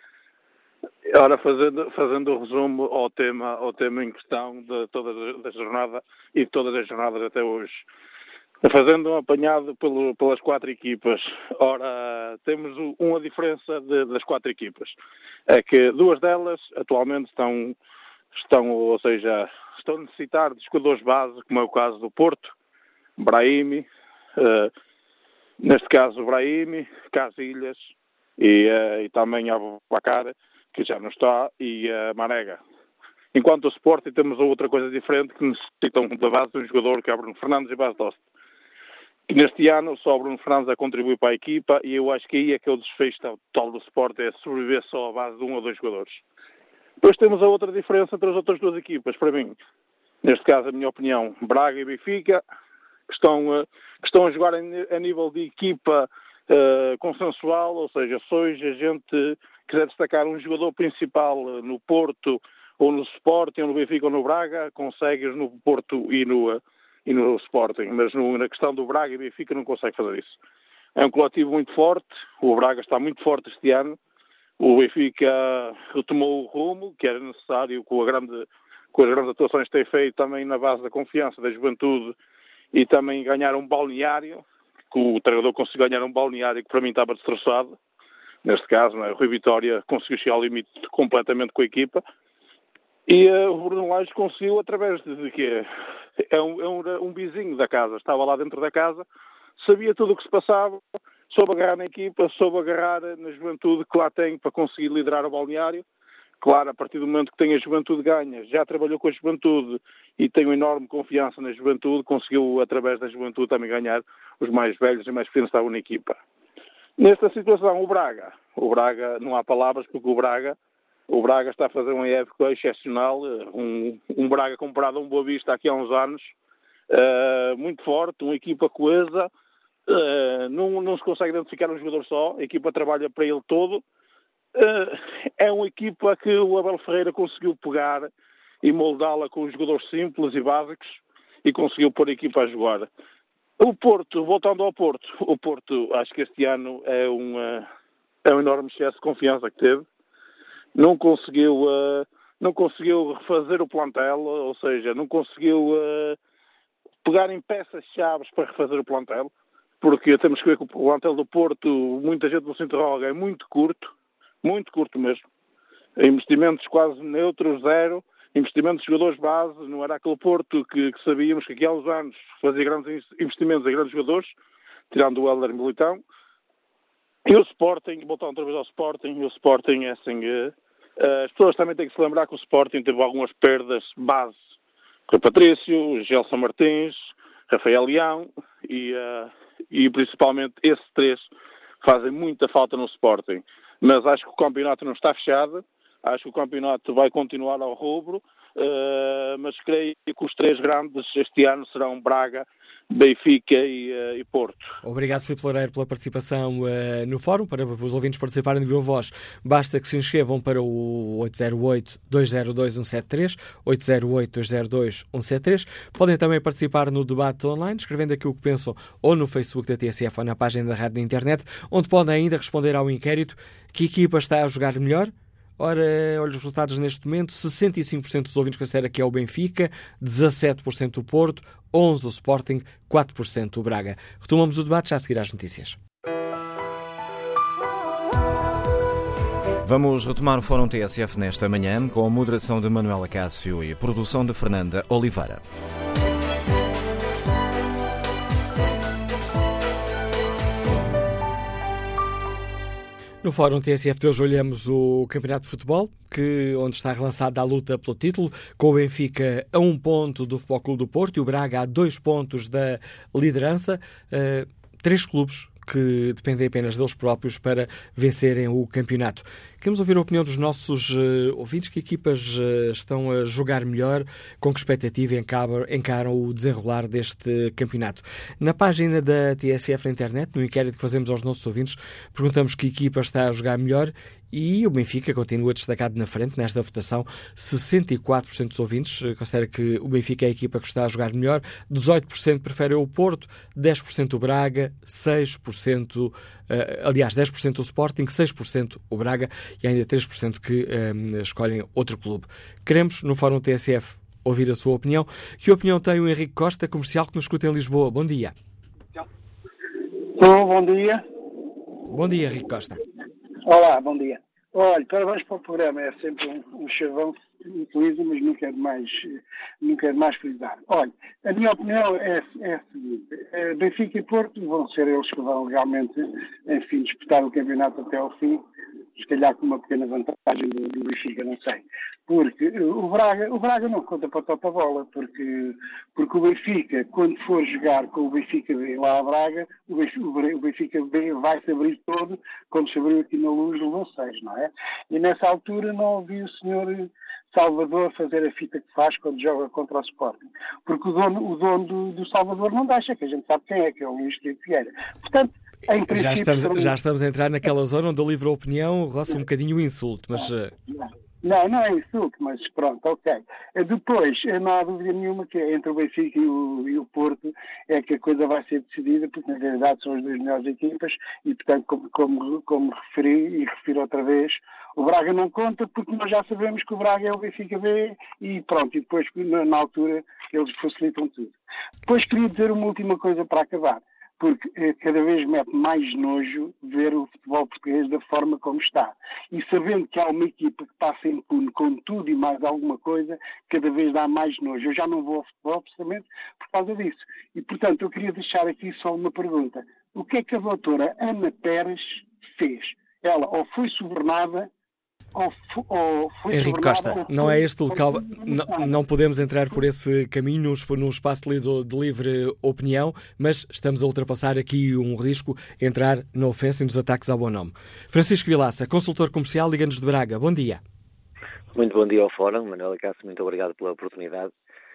Ora, fazendo, fazendo o resumo ao tema, ao tema em questão de toda a jornada e de todas as jornadas até hoje. Fazendo um apanhado pelo, pelas quatro equipas. Ora, temos uma diferença de, das quatro equipas. É que duas delas atualmente estão, estão, ou seja, estão a necessitar de jogadores base, como é o caso do Porto, Brahimi, uh, neste caso Brahimi, Casilhas e, uh, e também Abubacar, que já não está, e uh, Marega. Enquanto o Sporting temos outra coisa diferente, que necessitam da base de um jogador que é Bruno Fernandes e Bas Dost. Neste ano só o Bruno Fernandes a contribuir para a equipa e eu acho que aí é que é o desfecho total do Sport, é sobreviver só à base de um ou dois jogadores. Depois temos a outra diferença entre as outras duas equipas, para mim. Neste caso, a minha opinião, Braga e Benfica, que estão, uh, que estão a jogar a nível de equipa uh, consensual, ou seja, se hoje a gente quiser destacar um jogador principal uh, no Porto, ou no Sporting, ou no Benfica ou no Braga, consegues no Porto e no... Uh, e no Sporting, mas no, na questão do Braga e Benfica não consegue fazer isso. É um coletivo muito forte, o Braga está muito forte este ano, o Benfica retomou o rumo, que era necessário com, a grande, com as grandes atuações que tem feito, também na base da confiança da juventude, e também ganhar um balneário, que o treinador conseguiu ganhar um balneário que para mim estava destroçado, neste caso, não é? O Rui Vitória conseguiu chegar ao limite completamente com a equipa, e uh, o Bruno Lage conseguiu através de, de quê? É um, é um, um vizinho da casa, estava lá dentro da casa, sabia tudo o que se passava, soube agarrar na equipa, soube agarrar na juventude que lá tem para conseguir liderar o balneário. Claro, a partir do momento que tem a juventude ganha, já trabalhou com a juventude e tem uma enorme confiança na juventude, conseguiu através da juventude também ganhar os mais velhos e mais pequenos que estavam na equipa. Nesta situação, o Braga, o Braga, não há palavras porque o Braga, O Braga está a fazer uma época excepcional, um, um Braga comparado a um Boa Vista aqui há uns anos, uh, muito forte, uma equipa coesa, uh, não, não se consegue identificar um jogador só, a equipa trabalha para ele todo, uh, é uma equipa que o Abel Ferreira conseguiu pegar e moldá-la com jogadores simples e básicos e conseguiu pôr a equipa a jogar. O Porto, voltando ao Porto, o Porto acho que este ano é, uma, é um enorme excesso de confiança que teve. Não conseguiu, uh, não conseguiu refazer o plantel, ou seja, não conseguiu uh, pegar em peças-chave para refazer o plantel, porque temos que ver que o plantel do Porto, muita gente não se interroga, é muito curto, muito curto mesmo. Investimentos quase neutros, zero, investimentos de jogadores base, não era aquele Porto que, que sabíamos que aqui há uns anos fazia grandes investimentos em grandes jogadores, tirando o Hélder Militão. E o Sporting, voltando outra vez ao Sporting, o Sporting é assim... Uh, as pessoas também têm que se lembrar que o Sporting teve algumas perdas base. Com o Patrício, Gelson Martins, Rafael Leão e, uh, e principalmente esses três fazem muita falta no Sporting. Mas acho que o campeonato não está fechado, acho que o campeonato vai continuar ao rubro, uh, mas creio que os três grandes este ano serão Braga, Benfica e, uh, e Porto. Obrigado, Filipe Loureiro, pela participação uh, no fórum. Para os ouvintes participarem de viva voz, basta que se inscrevam para o oito zero oito, dois zero dois, um sete três, oito zero oito, dois zero dois, um sete três. Podem também participar no debate online, escrevendo aquilo que pensam ou no Facebook da T S F ou na página da rádio na internet, onde podem ainda responder ao inquérito: que equipa está a jogar melhor? Ora, olha os resultados neste momento: sessenta e cinco por cento dos ouvintes consideram que é o Benfica, dezassete por cento o Porto, onze por cento o Sporting, quatro por cento o Braga. Retomamos o debate já a seguir às notícias. Vamos retomar o Fórum T S F nesta manhã com a moderação de Manuela Cássio e a produção de Fernanda Oliveira. No Fórum T S F de hoje olhamos o Campeonato de Futebol, que, onde está relançada a luta pelo título, com o Benfica a um ponto do Futebol Clube do Porto e o Braga a dois pontos da liderança. Uh, três clubes que dependem apenas deles próprios para vencerem o campeonato. Queremos ouvir a opinião dos nossos uh, ouvintes. Que equipas uh, estão a jogar melhor? Com que expectativa encaram, encaram o desenrolar deste campeonato? Na página da T S F na internet, no inquérito que fazemos aos nossos ouvintes, perguntamos que equipa está a jogar melhor e o Benfica continua destacado na frente nesta votação. sessenta e quatro por cento dos ouvintes considera que o Benfica é a equipa que está a jogar melhor, dezoito por cento preferem o Porto, dez por cento o Braga, seis por cento, uh, aliás, dez por cento o Sporting, seis por cento o Braga e ainda três por cento que um, escolhem outro clube. Queremos, no Fórum T S F, ouvir a sua opinião. Que opinião tem o Henrique Costa, comercial, que nos escuta em Lisboa? Bom dia. Olá, bom dia. Bom dia, Henrique Costa. Olá, bom dia. Olha, parabéns para o programa, é sempre um, um chavão que utilizo, mas nunca é demais, nunca é demais frisar. Olha, a minha opinião é, é a seguinte: Benfica e Porto vão ser eles que vão legalmente, enfim, disputar o campeonato até ao fim, se calhar com uma pequena vantagem do, do Benfica, não sei. Porque o Braga, o Braga não conta para a topa bola, porque, porque o Benfica, quando for jogar com o Benfica B lá a Braga, o Benfica, o Benfica B vai se abrir todo, como se abriu aqui na Luz do Lua seis, não é? E nessa altura não ouvi o senhor Salvador fazer a fita que faz quando joga contra o Sporting. Porque o dono, o dono do, do Salvador não deixa, que a gente sabe quem é, que é o Luís Filipe Vieira. Portanto, em já, estamos, já estamos a entrar naquela zona onde o livre a opinião roça um bocadinho o insulto, mas... Não, não é insulto, mas pronto, ok. Depois, não há dúvida nenhuma que entre o Benfica e o, e o Porto é que a coisa vai ser decidida, porque na realidade são as duas melhores equipas e, portanto, como, como, como referi e refiro outra vez, o Braga não conta porque nós já sabemos que o Braga é o Benfica B e pronto, e depois na, na altura eles facilitam tudo. Depois queria dizer uma última coisa para acabar. Porque eh, cada vez mete mais nojo ver o futebol português da forma como está. E sabendo que há uma equipa que passa impune com tudo e mais alguma coisa, cada vez dá mais nojo. Eu já não vou ao futebol precisamente por causa disso. E, portanto, eu queria deixar aqui só uma pergunta. O que é que a doutora Ana Pérez fez? Ela ou foi subornada, ou foi, ou foi Henrique Costa, não é este o local, não, não podemos entrar por esse caminho no espaço de, de livre opinião, mas estamos a ultrapassar aqui um risco, entrar na ofensa e nos ataques ao bom nome. Francisco Vilaça, consultor comercial, Liga-nos de Braga, bom dia. Muito bom dia ao Fórum, Manuela Cássio, muito obrigado pela oportunidade.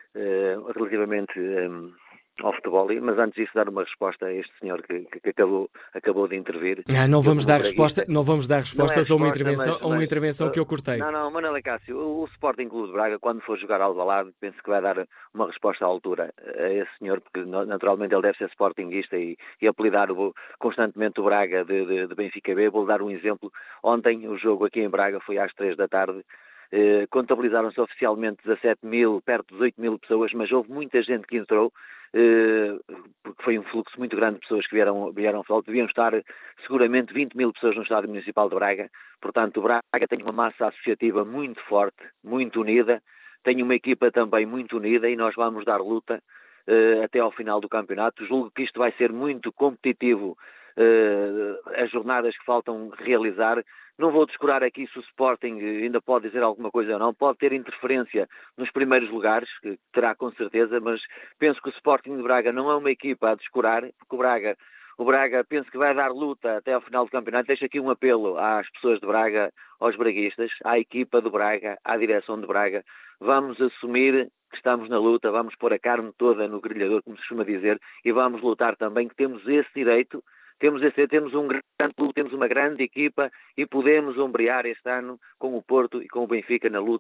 Uh, relativamente um, ao futebol, mas antes disso dar uma resposta a este senhor que, que acabou, acabou de intervir. Ah, não vamos dar resposta, não vamos dar respostas é a uma intervenção, mas, a uma mas, intervenção uh, que eu cortei. Não, não, Manuela Cássio, o, o Sporting Clube de Braga, quando for jogar ao Alvalade, penso que vai dar uma resposta à altura a esse senhor, porque naturalmente ele deve ser sportinguista e, e apelidar o, constantemente o Braga de, de, de Benfica B. Vou dar um exemplo. Ontem o jogo aqui em Braga foi às três da tarde. Eh, contabilizaram-se oficialmente dezassete mil, perto de dezoito mil pessoas, mas houve muita gente que entrou, eh, porque foi um fluxo muito grande de pessoas que vieram, vieram falar. Deviam estar seguramente vinte mil pessoas no Estádio Municipal de Braga. Portanto, o Braga tem uma massa associativa muito forte, muito unida, tem uma equipa também muito unida e nós vamos dar luta eh, até ao final do campeonato. Julgo que isto vai ser muito competitivo, eh, as jornadas que faltam realizar. Não vou descurar aqui se o Sporting ainda pode dizer alguma coisa ou não. Pode ter interferência nos primeiros lugares, que terá com certeza, mas penso que o Sporting de Braga não é uma equipa a descurar, porque o Braga, o Braga penso que vai dar luta até ao final do campeonato. Deixo aqui um apelo às pessoas de Braga, aos braguistas, à equipa do Braga, à direção de Braga. Vamos assumir que estamos na luta, vamos pôr a carne toda no grelhador, como se costuma dizer, e vamos lutar também, que temos esse direito. Temos, esse, temos um grande clube, temos uma grande equipa e podemos ombrear este ano com o Porto e com o Benfica na luta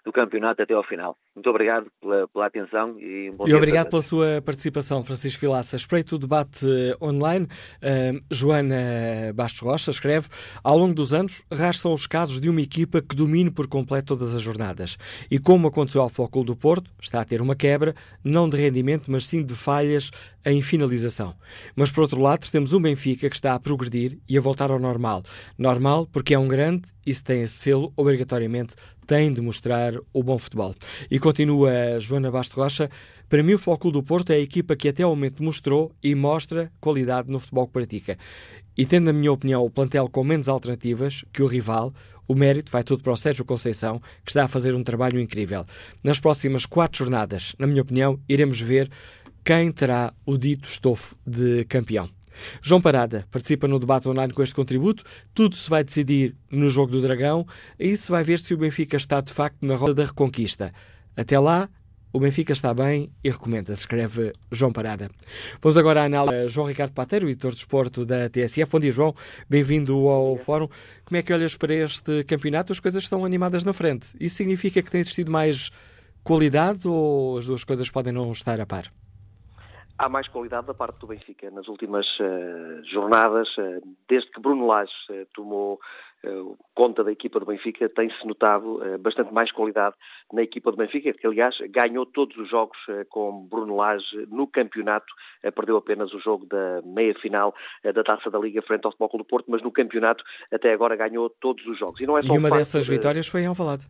do campeonato até ao final. Muito obrigado pela, pela atenção e um bom E dia obrigado pela sua participação, Francisco Vilaça. Espreito o debate online. Uh, Joana Bastos Rocha escreve: ao longo dos anos, raros são os casos de uma equipa que domine por completo todas as jornadas. E como aconteceu ao Futebol Clube do Porto, está a ter uma quebra, não de rendimento, mas sim de falhas em finalização. Mas, por outro lado, temos um Benfica que está a progredir e a voltar ao normal. Normal porque é um grande e se tem esse selo, obrigatoriamente tem de mostrar o bom futebol. E continua Joana Bastos Rocha: para mim o Futebol Clube do Porto é a equipa que até ao momento mostrou e mostra qualidade no futebol que pratica. E tendo, na minha opinião, o plantel com menos alternativas que o rival, o mérito vai todo para o Sérgio Conceição, que está a fazer um trabalho incrível. Nas próximas quatro jornadas, na minha opinião, iremos ver quem terá o dito estofo de campeão. João Parada participa no debate online com este contributo. Tudo se vai decidir no Jogo do Dragão e se vai ver se o Benfica está de facto na roda da reconquista. Até lá, o Benfica está bem e recomenda-se, escreve João Parada. Vamos agora à análise. João Ricardo Pateiro, editor de desporto da T S F. Bom dia, João. Bem-vindo ao Fórum. Como é que olhas para este campeonato? As coisas estão animadas na frente. Isso significa que tem existido mais qualidade ou as duas coisas podem não estar a par? Há mais qualidade da parte do Benfica. Nas últimas uh, jornadas, uh, desde que Bruno Lage uh, tomou uh, conta da equipa do Benfica, tem-se notado uh, bastante mais qualidade na equipa do Benfica, que aliás ganhou todos os jogos uh, com Bruno Lage no campeonato, uh, perdeu apenas o jogo da meia-final uh, da Taça da Liga frente ao Futebol Clube do Porto, mas no campeonato até agora ganhou todos os jogos. E, não é só e uma dessas de... vitórias foi em Alvalade.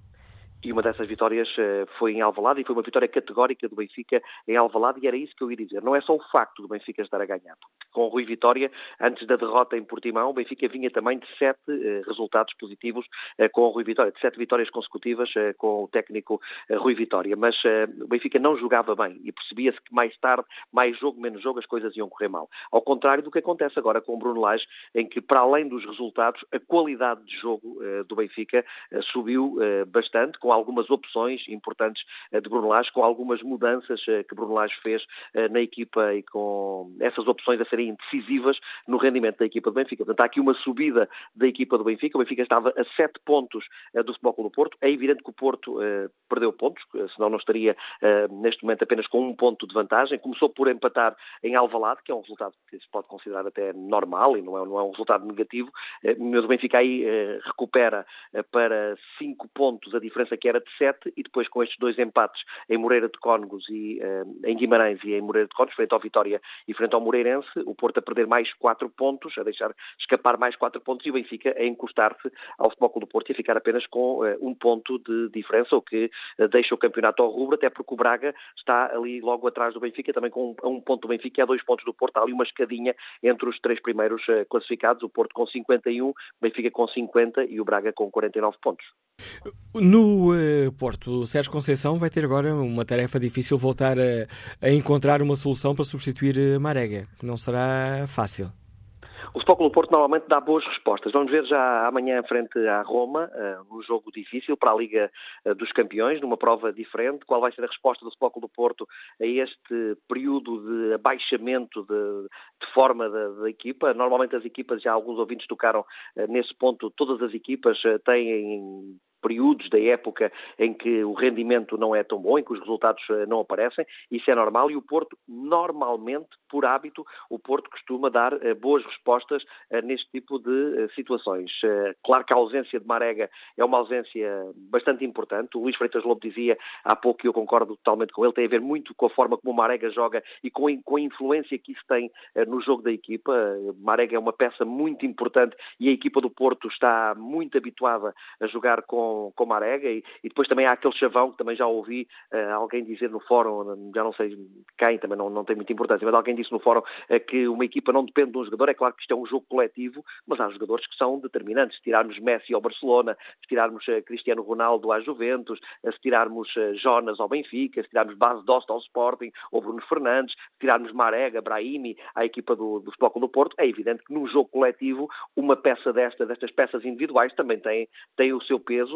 E uma dessas vitórias uh, foi em Alvalade e foi uma vitória categórica do Benfica em Alvalade, e era isso que eu ia dizer. Não é só o facto do Benfica estar a ganhar. Com o Rui Vitória, antes da derrota em Portimão, o Benfica vinha também de sete uh, resultados positivos uh, com o Rui Vitória, de sete vitórias consecutivas uh, com o técnico uh, Rui Vitória. Mas uh, o Benfica não jogava bem e percebia-se que mais tarde, mais jogo, menos jogo, as coisas iam correr mal. Ao contrário do que acontece agora com o Bruno Lage, em que, para além dos resultados, a qualidade de jogo uh, do Benfica uh, subiu uh, bastante, com algumas opções importantes de Bruno Lage, com algumas mudanças que Bruno Lage fez na equipa e com essas opções a serem decisivas no rendimento da equipa do Benfica. Portanto, há aqui uma subida da equipa do Benfica. O Benfica estava a sete pontos do Futebol Clube do Porto. É evidente que o Porto uh, perdeu pontos, senão não estaria uh, neste momento apenas com um ponto de vantagem. Começou por empatar em Alvalade, que é um resultado que se pode considerar até normal e não é, não é um resultado negativo. Uh, mas o Benfica aí uh, recupera uh, para cinco pontos a diferença que era de sete, e depois com estes dois empates em Moreira de Cónegos e uh, em Guimarães e em Moreira de Cónegos, frente ao Vitória e frente ao Moreirense, o Porto a perder mais quatro pontos, a deixar escapar mais quatro pontos, e o Benfica a encostar-se ao Futebol Clube do Porto e a ficar apenas com uh, um ponto de diferença, o que uh, deixa o campeonato ao rubro, até porque o Braga está ali logo atrás do Benfica, também com um, um ponto do Benfica e a dois pontos do Porto. Há ali uma escadinha entre os três primeiros uh, classificados, o Porto com cinquenta e um, o Benfica com cinquenta e o Braga com quarenta e nove pontos. No uh, Porto, o Sérgio Conceição vai ter agora uma tarefa difícil, voltar a, a encontrar uma solução para substituir uh, Marega, que não será fácil. O Futebol Clube do Porto normalmente dá boas respostas. Vamos ver já amanhã frente à Roma, uh, num jogo difícil para a Liga uh, dos Campeões, numa prova diferente, qual vai ser a resposta do Futebol Clube do Porto a este período de abaixamento de, de forma da, da equipa. Normalmente as equipas, já alguns ouvintes tocaram uh, nesse ponto, todas as equipas uh, têm períodos da época em que o rendimento não é tão bom, em que os resultados não aparecem, isso é normal, e o Porto, normalmente, por hábito, o Porto costuma dar uh, boas respostas uh, neste tipo de uh, situações. Uh, claro que a ausência de Marega é uma ausência bastante importante. O Luís Freitas Lobo dizia há pouco, e eu concordo totalmente com ele, tem a ver muito com a forma como o Marega joga e com, com a influência que isso tem uh, no jogo da equipa. Uh, Marega é uma peça muito importante e a equipa do Porto está muito habituada a jogar com com Marega, e, e depois também há aquele chavão que também já ouvi uh, alguém dizer no fórum, já não sei quem, também não, não tem muita importância, mas alguém disse no fórum uh, que uma equipa não depende de um jogador. É claro que isto é um jogo coletivo, mas há jogadores que são determinantes. Se tirarmos Messi ao Barcelona, se tirarmos uh, Cristiano Ronaldo à Juventus, uh, se tirarmos uh, Jonas ao Benfica, se tirarmos Bas Dost ao Sporting, ou Bruno Fernandes, se tirarmos Marega, Brahimi à equipa do, do Futebol Clube do Porto, é evidente que num jogo coletivo uma peça desta, destas peças individuais também tem, tem o seu peso,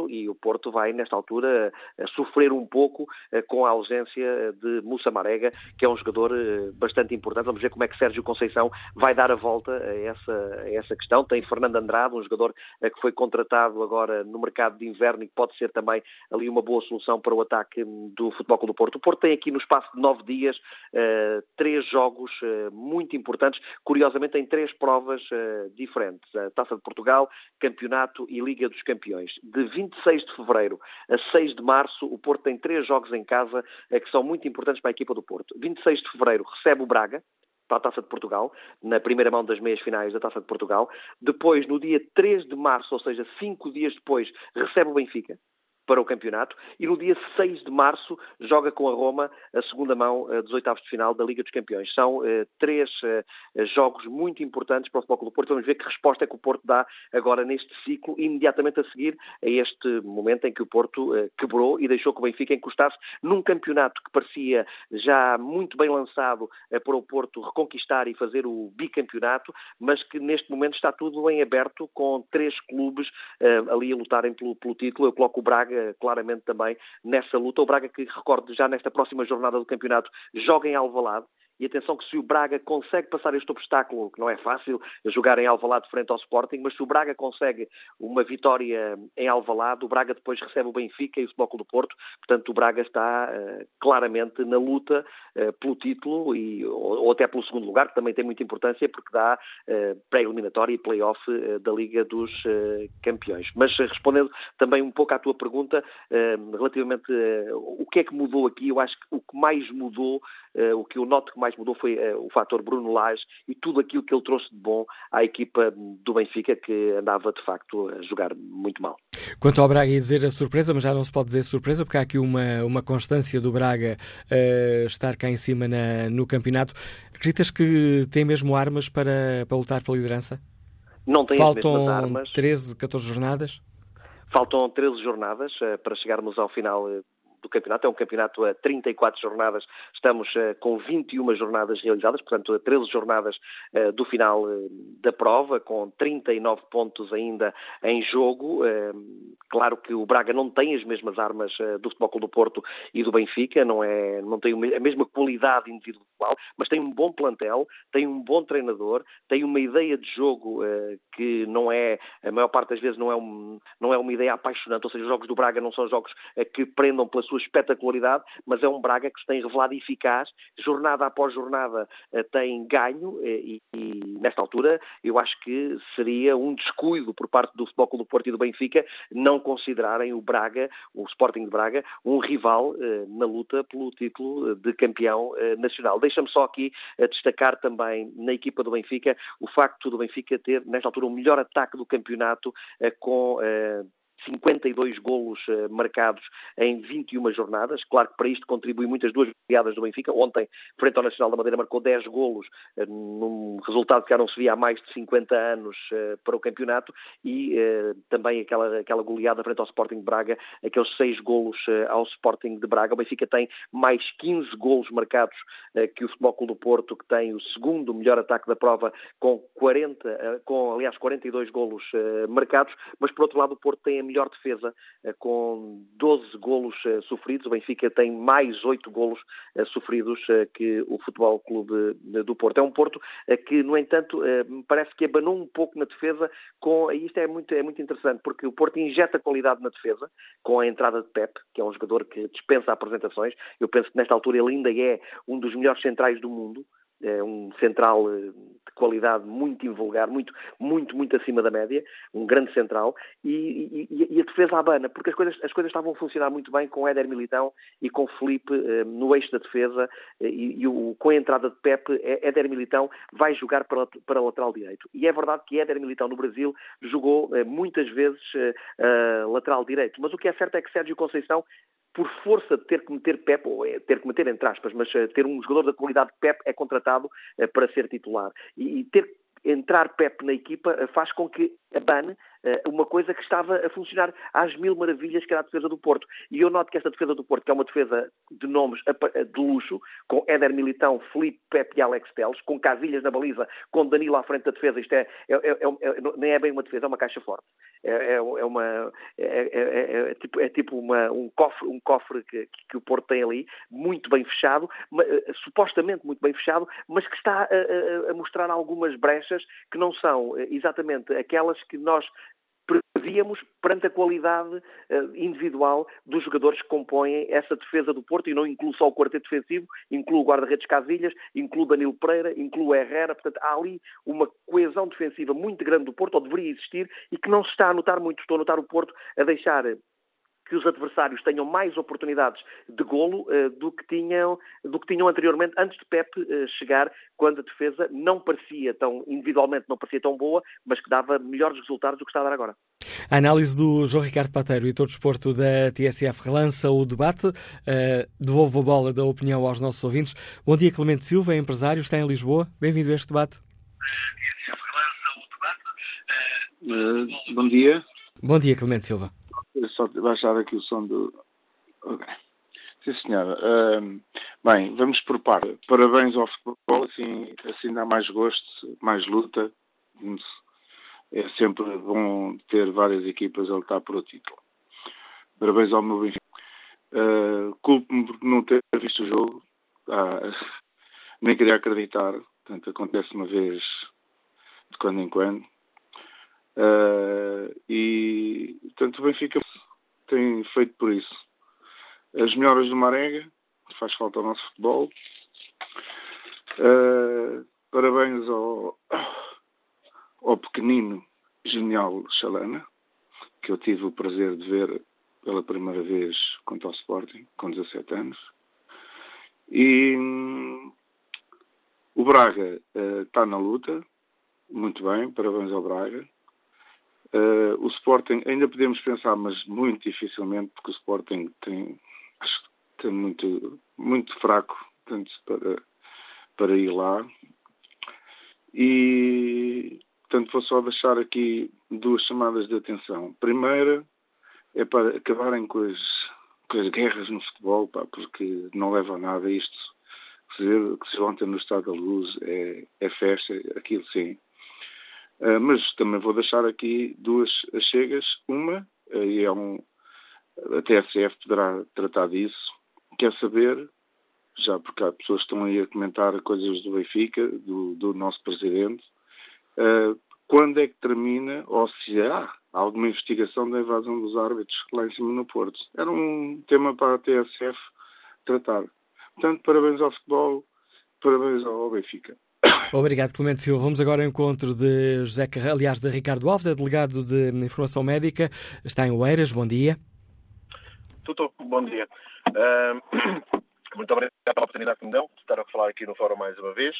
peso e o Porto vai, nesta altura, a, a sofrer um pouco a, com a ausência de Moussa Marega, que é um jogador a, bastante importante. Vamos ver como é que Sérgio Conceição vai dar a volta a essa, a essa questão. Tem Fernando Andrade, um jogador a, que foi contratado agora no mercado de inverno e que pode ser também ali uma boa solução para o ataque do Futebol Clube do Porto. O Porto tem aqui no espaço de nove dias uh, três jogos uh, muito importantes, curiosamente em três provas uh, diferentes. A Taça de Portugal, Campeonato e Liga dos Campeões. De vinte e seis de fevereiro a seis de março, o Porto tem três jogos em casa uh, que são muito importantes para a equipa do Porto. vinte e seis de fevereiro recebe o Braga, para a Taça de Portugal, na primeira mão das meias finais da Taça de Portugal. Depois, no dia três de março, ou seja, cinco dias depois, recebe o Benfica para o campeonato, e no dia seis de março joga com a Roma a segunda mão uh, dos oitavos de final da Liga dos Campeões. São uh, três uh, jogos muito importantes para o Futebol Clube do Porto. Vamos ver que resposta é que o Porto dá agora neste ciclo, imediatamente a seguir a este momento em que o Porto uh, quebrou e deixou que o Benfica encostasse num campeonato que parecia já muito bem lançado uh, para o Porto reconquistar e fazer o bicampeonato, mas que neste momento está tudo em aberto, com três clubes uh, ali a lutarem pelo, pelo título. Eu coloco o Braga claramente também nessa luta. O Braga, que recordo, já nesta próxima jornada do campeonato joga em Alvalade. E atenção que se o Braga consegue passar este obstáculo, que não é fácil, jogar em Alvalade frente ao Sporting, mas se o Braga consegue uma vitória em Alvalade, o Braga depois recebe o Benfica e o Futebol Clube do Porto. Portanto, o Braga está uh, claramente na luta uh, pelo título e, ou, ou até pelo segundo lugar, que também tem muita importância, porque dá uh, pré-eliminatória e play-off uh, da Liga dos uh, Campeões. Mas uh, respondendo também um pouco à tua pergunta, uh, relativamente uh, o que é que mudou aqui, eu acho que o que mais mudou, uh, o que eu noto que mais mudou foi uh, o fator Bruno Lage e tudo aquilo que ele trouxe de bom à equipa do Benfica, que andava de facto a jogar muito mal. Quanto ao Braga, ia dizer a surpresa, mas já não se pode dizer surpresa, porque há aqui uma, uma constância do Braga uh, estar cá em cima na, no campeonato. Acreditas que tem mesmo armas para, para lutar pela liderança? Não tem Faltam as mesmas armas. treze, catorze jornadas? Faltam treze jornadas uh, para chegarmos ao final uh, do campeonato. É um campeonato a trinta e quatro jornadas, estamos uh, com vinte e uma jornadas realizadas, portanto a treze jornadas uh, do final uh, da prova, com trinta e nove pontos ainda em jogo. Uh, claro que o Braga não tem as mesmas armas uh, do Futebol Clube do Porto e do Benfica, não, é, não tem a mesma qualidade individual, mas tem um bom plantel, tem um bom treinador, tem uma ideia de jogo uh, que não é, a maior parte das vezes não é, um, não é uma ideia apaixonante, ou seja, os jogos do Braga não são jogos uh, que prendam pela sua espetacularidade, mas é um Braga que se tem revelado eficaz, jornada após jornada uh, tem ganho uh, e, e nesta altura eu acho que seria um descuido por parte do Futebol Clube do Porto e do Benfica não considerarem o Braga, o Sporting de Braga, um rival uh, na luta pelo título de campeão uh, nacional. Deixa-me só aqui uh, destacar também na equipa do Benfica o facto do Benfica ter nesta altura o melhor ataque do campeonato uh, com uh, cinquenta e dois golos uh, marcados em vinte e uma jornadas. Claro que para isto contribui muitas duas goleadas do Benfica. Ontem, frente ao Nacional da Madeira, marcou dez golos, uh, num resultado que já não se via há mais de cinquenta anos uh, para o campeonato, e uh, também aquela, aquela goleada frente ao Sporting de Braga, aqueles seis golos uh, ao Sporting de Braga. O Benfica tem mais quinze golos marcados uh, que o Futebol Clube do Porto, que tem o segundo melhor ataque da prova, com quarenta, uh, com aliás quarenta e dois golos uh, marcados, mas por outro lado o Porto tem a melhor defesa, com doze golos sofridos. O Benfica tem mais oito golos sofridos que o Futebol Clube do Porto. É um Porto que, no entanto, me parece que abanou um pouco na defesa, com, e isto é muito, é muito interessante, porque o Porto injeta qualidade na defesa, com a entrada de Pep, que é um jogador que dispensa apresentações. Eu penso que nesta altura ele ainda é um dos melhores centrais do mundo. É um central de qualidade muito invulgar, muito, muito, muito acima da média, um grande central, e, e, e a defesa abana, porque as coisas, as coisas estavam a funcionar muito bem com Éder Militão e com Felipe eh, no eixo da defesa, eh, e, e o, com a entrada de Pepe, Éder Militão vai jogar para, para lateral direito. E é verdade que Éder Militão no Brasil jogou eh, muitas vezes eh, eh, lateral direito, mas o que é certo é que Sérgio Conceição, por força de ter que meter Pep, ou é ter que meter entre aspas, mas uh, ter um jogador da qualidade de Pep, é contratado uh, para ser titular. E, e ter entrar Pep na equipa uh, faz com que abane uma coisa que estava a funcionar às mil maravilhas, que era a defesa do Porto. E eu noto que esta defesa do Porto, que é uma defesa de nomes de luxo, com Éder Militão, Filipe, Pepe e Alex Telles, com Casilhas na baliza, com Danilo à frente da defesa, isto é, é, é, é, nem é bem uma defesa, é uma caixa forte. É, é, é, uma, é, é, é tipo, é tipo uma, um cofre, um cofre que, que o Porto tem ali, muito bem fechado, mas, supostamente muito bem fechado, mas que está a, a, a mostrar algumas brechas que não são exatamente aquelas que nós prevíamos perante a qualidade uh, individual dos jogadores que compõem essa defesa do Porto, e não inclui só o quarteto defensivo, inclui o guarda-redes Casilhas, inclui Danilo Pereira, inclui o Herrera. Portanto, há ali uma coesão defensiva muito grande do Porto, ou deveria existir, e que não se está a notar muito. Estou a notar o Porto a deixar que os adversários tenham mais oportunidades de golo uh, do que tinham, do que tinham anteriormente, antes de Pepe uh, chegar, quando a defesa não parecia tão, individualmente não parecia tão boa, mas que dava melhores resultados do que está a dar agora. A análise do João Ricardo Pateiro, editor de desporto da T S F, relança o debate. Uh, devolvo a bola da opinião aos nossos ouvintes. Bom dia, Clemente Silva, é empresário, está em Lisboa. Bem-vindo a este debate. Uh, bom dia. Bom dia, Clemente Silva. Eu só baixar aqui o som do... Okay. Sim, senhora. Uh, bem, vamos por parte. Parabéns ao futebol, assim, assim dá mais gosto, mais luta. É sempre bom ter várias equipas a lutar por o título. Parabéns ao meu Benfica. Uh, culpo-me por não ter visto o jogo. Ah, nem queria acreditar. Portanto, acontece uma vez de quando em quando. Uh, e, portanto, o Benfica tem feito por isso. As melhoras do Marega, faz falta ao nosso futebol. Uh, parabéns ao, ao pequenino, genial Chalana, que eu tive o prazer de ver pela primeira vez contra o Sporting, com dezassete anos. E hum, o Braga uh, está na luta, muito bem, parabéns ao Braga. Uh, o Sporting, ainda podemos pensar, mas muito dificilmente, porque o Sporting tem, acho que tem muito, muito fraco, tanto para, para ir lá. E, portanto, vou só deixar aqui duas chamadas de atenção. Primeira é para acabarem com as, com as guerras no futebol, pá, porque não leva a nada isto. Que se, que se ontem no Estado da Luz é, é festa, aquilo sim. Uh, mas também vou deixar aqui duas achegas. Uma, uh, e é um, a T S F poderá tratar disso, quer saber, já porque há pessoas que estão aí a comentar coisas do Benfica, do, do nosso presidente, uh, quando é que termina, ou se há alguma investigação da invasão dos árbitros lá em cima no Porto. Era um tema para a T S F tratar. Portanto, parabéns ao futebol, parabéns ao Benfica. Obrigado, Clemente Silva. Vamos agora ao encontro de José Carreira, aliás, de Ricardo Alves, é delegado de Informação Médica, está em Oeiras. Bom dia. Tudo, bom dia. Uh, muito obrigado pela oportunidade que me dão de estar a falar aqui no fórum mais uma vez.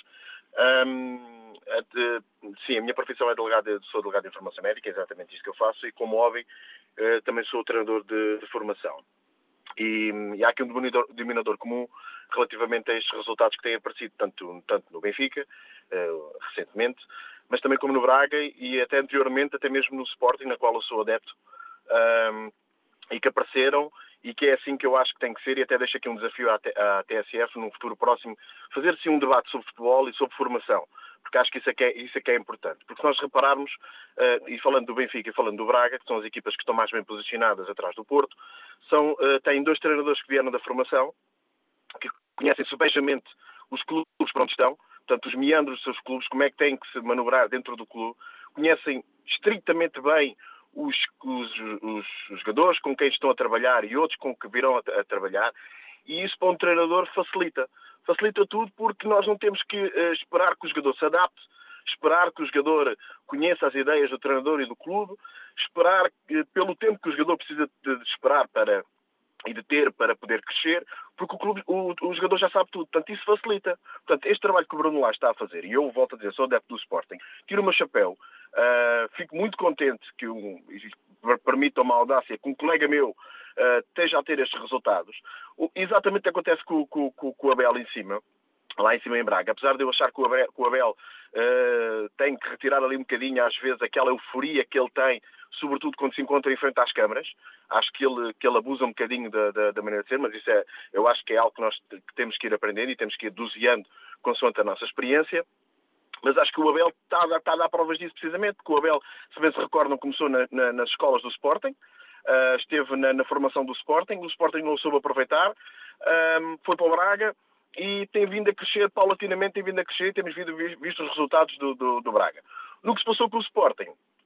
Um, a de, sim, a minha profissão é delegado, sou delegado de Informação Médica, é exatamente isto que eu faço, e como hobby uh, também sou treinador de, de formação. E, e há aqui um denominador, denominador comum relativamente a estes resultados que têm aparecido tanto, tanto no Benfica, uh, recentemente, mas também como no Braga e até anteriormente, até mesmo no Sporting, na qual eu sou adepto, um, e que apareceram, e que é assim que eu acho que tem que ser, e até deixo aqui um desafio à, à T S F, num futuro próximo, fazer-se um debate sobre futebol e sobre formação, porque acho que isso é que é, isso é, que é importante. Porque se nós repararmos, uh, e falando do Benfica e falando do Braga, que são as equipas que estão mais bem posicionadas atrás do Porto, são, uh, têm dois treinadores que vieram da formação, que conhecem subejamente os clubes para onde estão, portanto, os meandros dos seus clubes, como é que têm que se manobrar dentro do clube, conhecem estritamente bem os, os, os, os jogadores com quem estão a trabalhar e outros com que virão a, a trabalhar, e isso para um treinador facilita. Facilita tudo porque nós não temos que uh, esperar que o jogador se adapte, esperar que o jogador conheça as ideias do treinador e do clube, esperar que, pelo tempo que o jogador precisa de, de esperar para, e de ter para poder crescer, porque o, clube, o, o jogador já sabe tudo. Portanto, isso facilita. Portanto, este trabalho que o Bruno Lage está a fazer, e eu volto a dizer, sou adepto do Sporting, tiro o meu chapéu, uh, fico muito contente que, um, permita uma audácia, que um colega meu Uh, esteja a ter estes resultados. O, exatamente o que acontece com, com, com, com o Abel em cima. lá em cima em Braga. Apesar de eu achar que o Abel, que o Abel uh, tem que retirar ali um bocadinho, às vezes, aquela euforia que ele tem, sobretudo quando se encontra em frente às câmaras. Acho que ele, que ele abusa um bocadinho da, da, da maneira de ser, mas isso é, eu acho que é algo que nós que temos que ir aprendendo e temos que ir doseando consoante a nossa experiência. Mas acho que o Abel está, está a dar provas disso precisamente, porque o Abel, se bem se recordam, começou na, na, nas escolas do Sporting, uh, esteve na, na formação do Sporting, o Sporting não o soube aproveitar, um, foi para o Braga e tem vindo a crescer, paulatinamente tem vindo a crescer e temos visto, visto os resultados do, do, do Braga. No que se passou com o Sporting,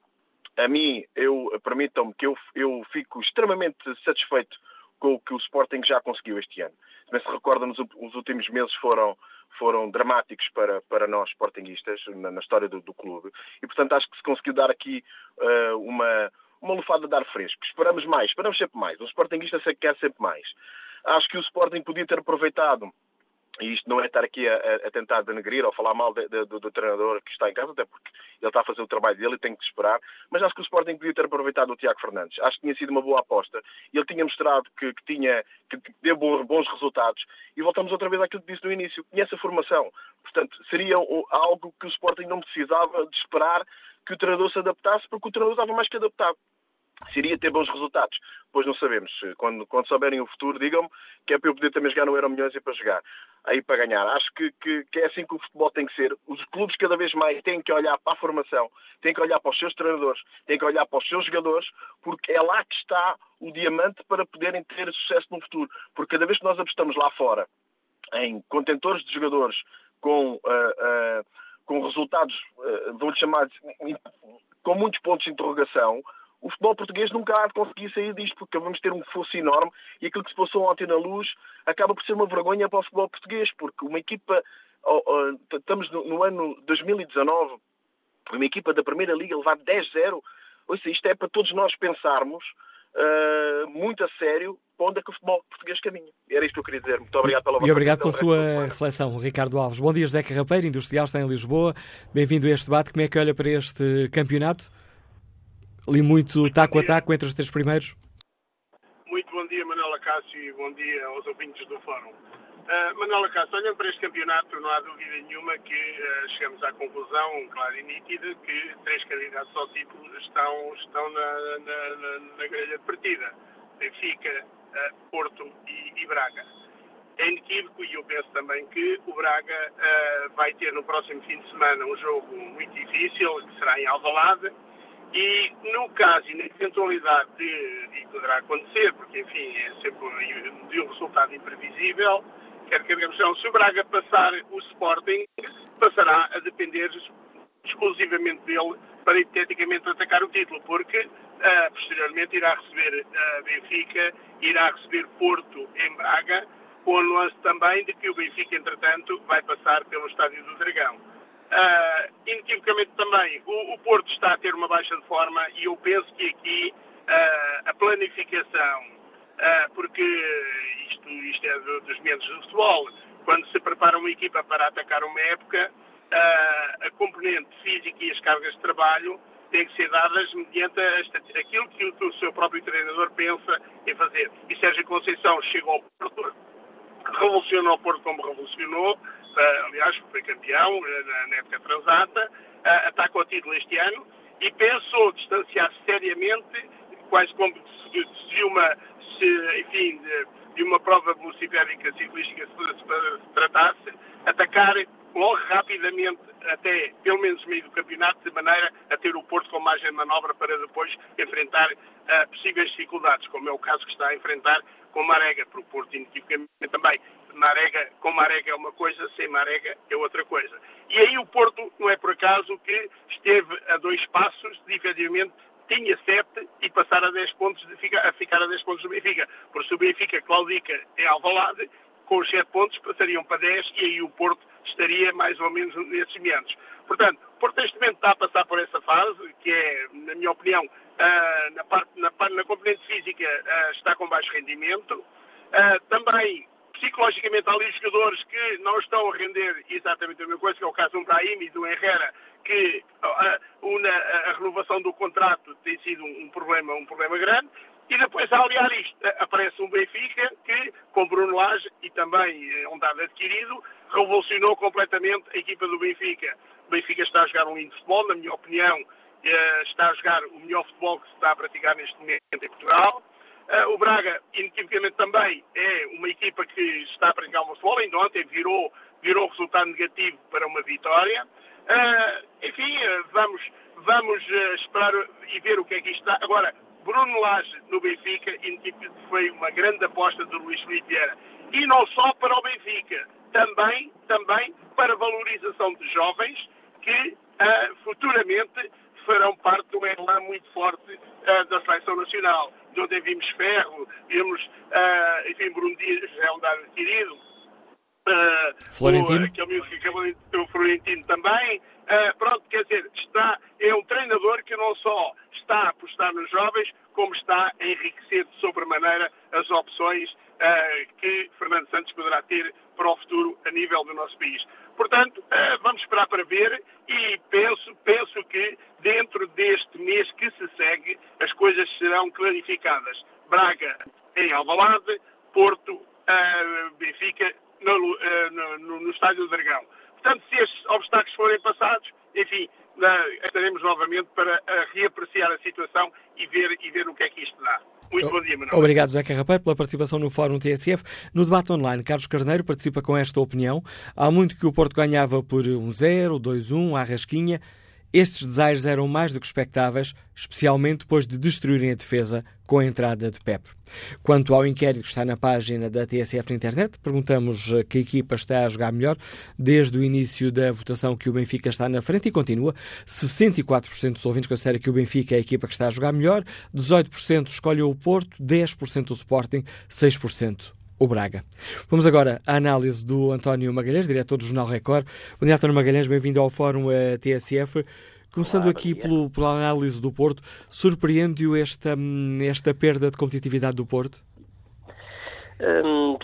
a mim, eu, permitam-me que eu, eu fico extremamente satisfeito com o que o Sporting já conseguiu este ano. Se bem se recordam, os últimos meses foram, foram dramáticos para, para nós, sportinguistas, na, na história do, do clube. E, portanto, acho que se conseguiu dar aqui uh, uma, uma lufada de ar fresco. Esperamos mais, esperamos sempre mais. O sportinguista quer sempre mais. Acho que o Sporting podia ter aproveitado, e isto não é estar aqui a, a tentar denegrir ou falar mal de, de, do, do treinador que está em casa, até porque ele está a fazer o trabalho dele e tem que esperar, mas acho que o Sporting podia ter aproveitado o Tiago Fernandes. Acho que tinha sido uma boa aposta. Ele tinha mostrado que, que, tinha, que, que deu bons resultados e voltamos outra vez àquilo que disse no início. Conhece a formação. Portanto, seria algo que o Sporting não precisava de esperar que o treinador se adaptasse, porque o treinador estava mais que adaptado. Seria ter bons resultados. Pois não sabemos. Quando, quando souberem o futuro, digam-me que é para eu poder também jogar no Euro Milhões e para jogar. Aí para ganhar. Acho que, que, que é assim que o futebol tem que ser. Os clubes cada vez mais têm que olhar para a formação, têm que olhar para os seus treinadores, têm que olhar para os seus jogadores, porque é lá que está o diamante para poderem ter sucesso no futuro. Porque cada vez que nós apostamos lá fora em contentores de jogadores com, uh, uh, com resultados, uh, vou-lhe chamar, com muitos pontos de interrogação, o futebol português nunca há de conseguir sair disto, porque vamos ter um fosso enorme e aquilo que se passou ontem na Luz acaba por ser uma vergonha para o futebol português, porque uma equipa, oh, oh, estamos no, no ano dois mil e dezanove, uma equipa da Primeira Liga levar dez a zero, ou seja, isto é para todos nós pensarmos uh, muito a sério para onde é que o futebol português caminha. Era isto que eu queria dizer. Muito obrigado pela vossa E obrigado pela sua reflexão, Ricardo Alves. Bom dia, José Carrapeiro, industrial, está em Lisboa. Bem-vindo a este debate. Como é que olha para este campeonato? Ali muito, muito taco a taco entre os três primeiros. Muito bom dia, Manuela Cássio, e bom dia aos ouvintes do Fórum. Uh, Manuela Cássio, olhando para este campeonato, não há dúvida nenhuma que uh, chegamos à conclusão, clara e nítida, que três candidatos ao título estão, estão na, na, na, na grelha de partida. Benfica, uh, Porto e, e Braga. É inequívoco, e eu penso também que o Braga uh, vai ter no próximo fim de semana um jogo muito difícil, que será em Alvalade. E no caso e na eventualidade de, e poderá acontecer, porque enfim é sempre de um resultado imprevisível, quer queiramos ou não, se o Braga passar o Sporting, passará a depender exclusivamente dele para hipoteticamente atacar o título, porque uh, posteriormente irá receber uh, Benfica, irá receber Porto em Braga, com a nuance também de que o Benfica, entretanto, vai passar pelo Estádio do Dragão. Uh, inequivocamente também o, o Porto está a ter uma baixa de forma e eu penso que aqui uh, a planificação, uh, porque isto, isto é do, dos medos do futebol, quando se prepara uma equipa para atacar uma época, uh, a componente física e as cargas de trabalho têm que ser dadas mediante a, aquilo que o, o seu próprio treinador pensa em fazer. E Sérgio Conceição chegou ao Porto, revolucionou o Porto como revolucionou, Uh, aliás, foi campeão uh, na, na época transata, uh, ataca o título este ano e pensou distanciar-se seriamente, quase como se de uma, se, enfim, de, de uma prova velocipédica ciclística se, se, se tratasse, atacar logo rapidamente até pelo menos meio do campeonato, de maneira a ter o Porto com margem de manobra para depois enfrentar uh, possíveis dificuldades, como é o caso que está a enfrentar com Marega, para o Porto inequivocamente também. Marega, com Marega é uma coisa, sem Marega é outra coisa. E aí o Porto, não é por acaso que esteve a dois passos de, efetivamente, tinha sete e passar a dez pontos, de ficar, a ficar a dez pontos do Benfica. Por se o Benfica claudica em Alvalade, com os sete pontos passariam para dez e aí o Porto estaria mais ou menos nesses meandros. Portanto, o Porto neste momento está a passar por essa fase, que é, na minha opinião, uh, na, parte, na, na componente física uh, está com baixo rendimento. Uh, também psicologicamente há ali jogadores que não estão a render exatamente a mesma coisa, que é o caso do Brahim e do Herrera, que a, a, a renovação do contrato tem sido um, um, problema, um problema grande, E depois, a aliar isto, aparece um Benfica que, com Bruno Lage e também um dado adquirido, revolucionou completamente a equipa do Benfica. O Benfica está a jogar um lindo futebol, na minha opinião, está a jogar o melhor futebol que se está a praticar neste momento em Portugal. O Braga, inequivocamente também, é uma equipa que está a praticar um futebol. Ainda ontem virou, virou resultado negativo para uma vitória. Enfim, vamos, vamos esperar e ver o que é que isto está. Agora, Bruno Lage no Benfica foi uma grande aposta do Luís Filipe Vieira. E não só para o Benfica, também, também para a valorização de jovens que uh, futuramente farão parte de um elan muito forte uh, da seleção nacional. De onde vimos Ferro, vimos, uh, enfim, Bruno Dias é um dado adquirido. Uh, Florentino. O, aquele que acabou de o Florentino também. Uh, pronto, quer dizer, está, é um treinador que não só está a apostar nos jovens, como está a enriquecer de sobremaneira as opções uh, que Fernando Santos poderá ter para o futuro a nível do nosso país. Portanto, uh, vamos esperar para ver e penso, penso que dentro deste mês que se segue as coisas serão clarificadas. Braga em Alvalade, Porto, uh, Benfica no, uh, no, no Estádio do Dragão. Portanto, se estes obstáculos forem passados, enfim, estaremos novamente para reapreciar a situação e ver, e ver o que é que isto dá. Muito bom dia, Manuel. Obrigado, José Carrapeiro, pela participação no Fórum T S F. No debate online, Carlos Carneiro participa com esta opinião. Há muito que o Porto ganhava por um zero, dois um, à rasquinha. Estes desaires eram mais do que expectáveis, especialmente depois de destruírem a defesa com a entrada de Pepe. Quanto ao inquérito que está na página da T S F na internet, perguntamos que equipa está a jogar melhor. Desde o início da votação que o Benfica está na frente e continua. sessenta e quatro por cento dos ouvintes consideram que o Benfica é a equipa que está a jogar melhor, dezoito por cento escolhem o Porto, dez por cento o Sporting, seis por cento o Braga. Vamos agora à análise do António Magalhães, diretor do Jornal Record. Bom dia, António Magalhães, bem-vindo ao Fórum a T S F. Começando Olá, aqui pelo, pela análise do Porto, surpreende-o esta, esta perda de competitividade do Porto? Hum,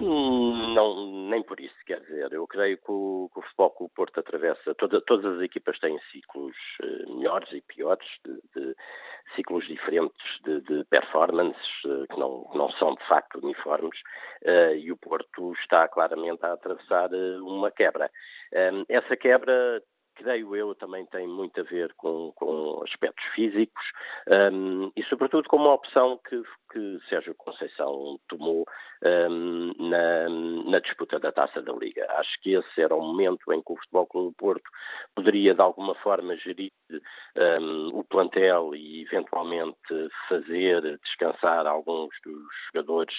não, nem por isso, quer dizer, eu creio que o, que o futebol que o Porto atravessa, toda, todas as equipas têm ciclos uh, melhores e piores, de, de ciclos diferentes de, de performances, uh, que, não, que não são de facto uniformes, uh, e o Porto está claramente a atravessar uh, uma quebra. Um, essa quebra, creio eu, também tem muito a ver com, com aspectos físicos um, e, sobretudo, com uma opção que, que Sérgio Conceição tomou um, na, na disputa da Taça da Liga. Acho que esse era o momento em que o Futebol Clube do Porto poderia, de alguma forma, gerir um, o plantel e, eventualmente, fazer descansar alguns dos jogadores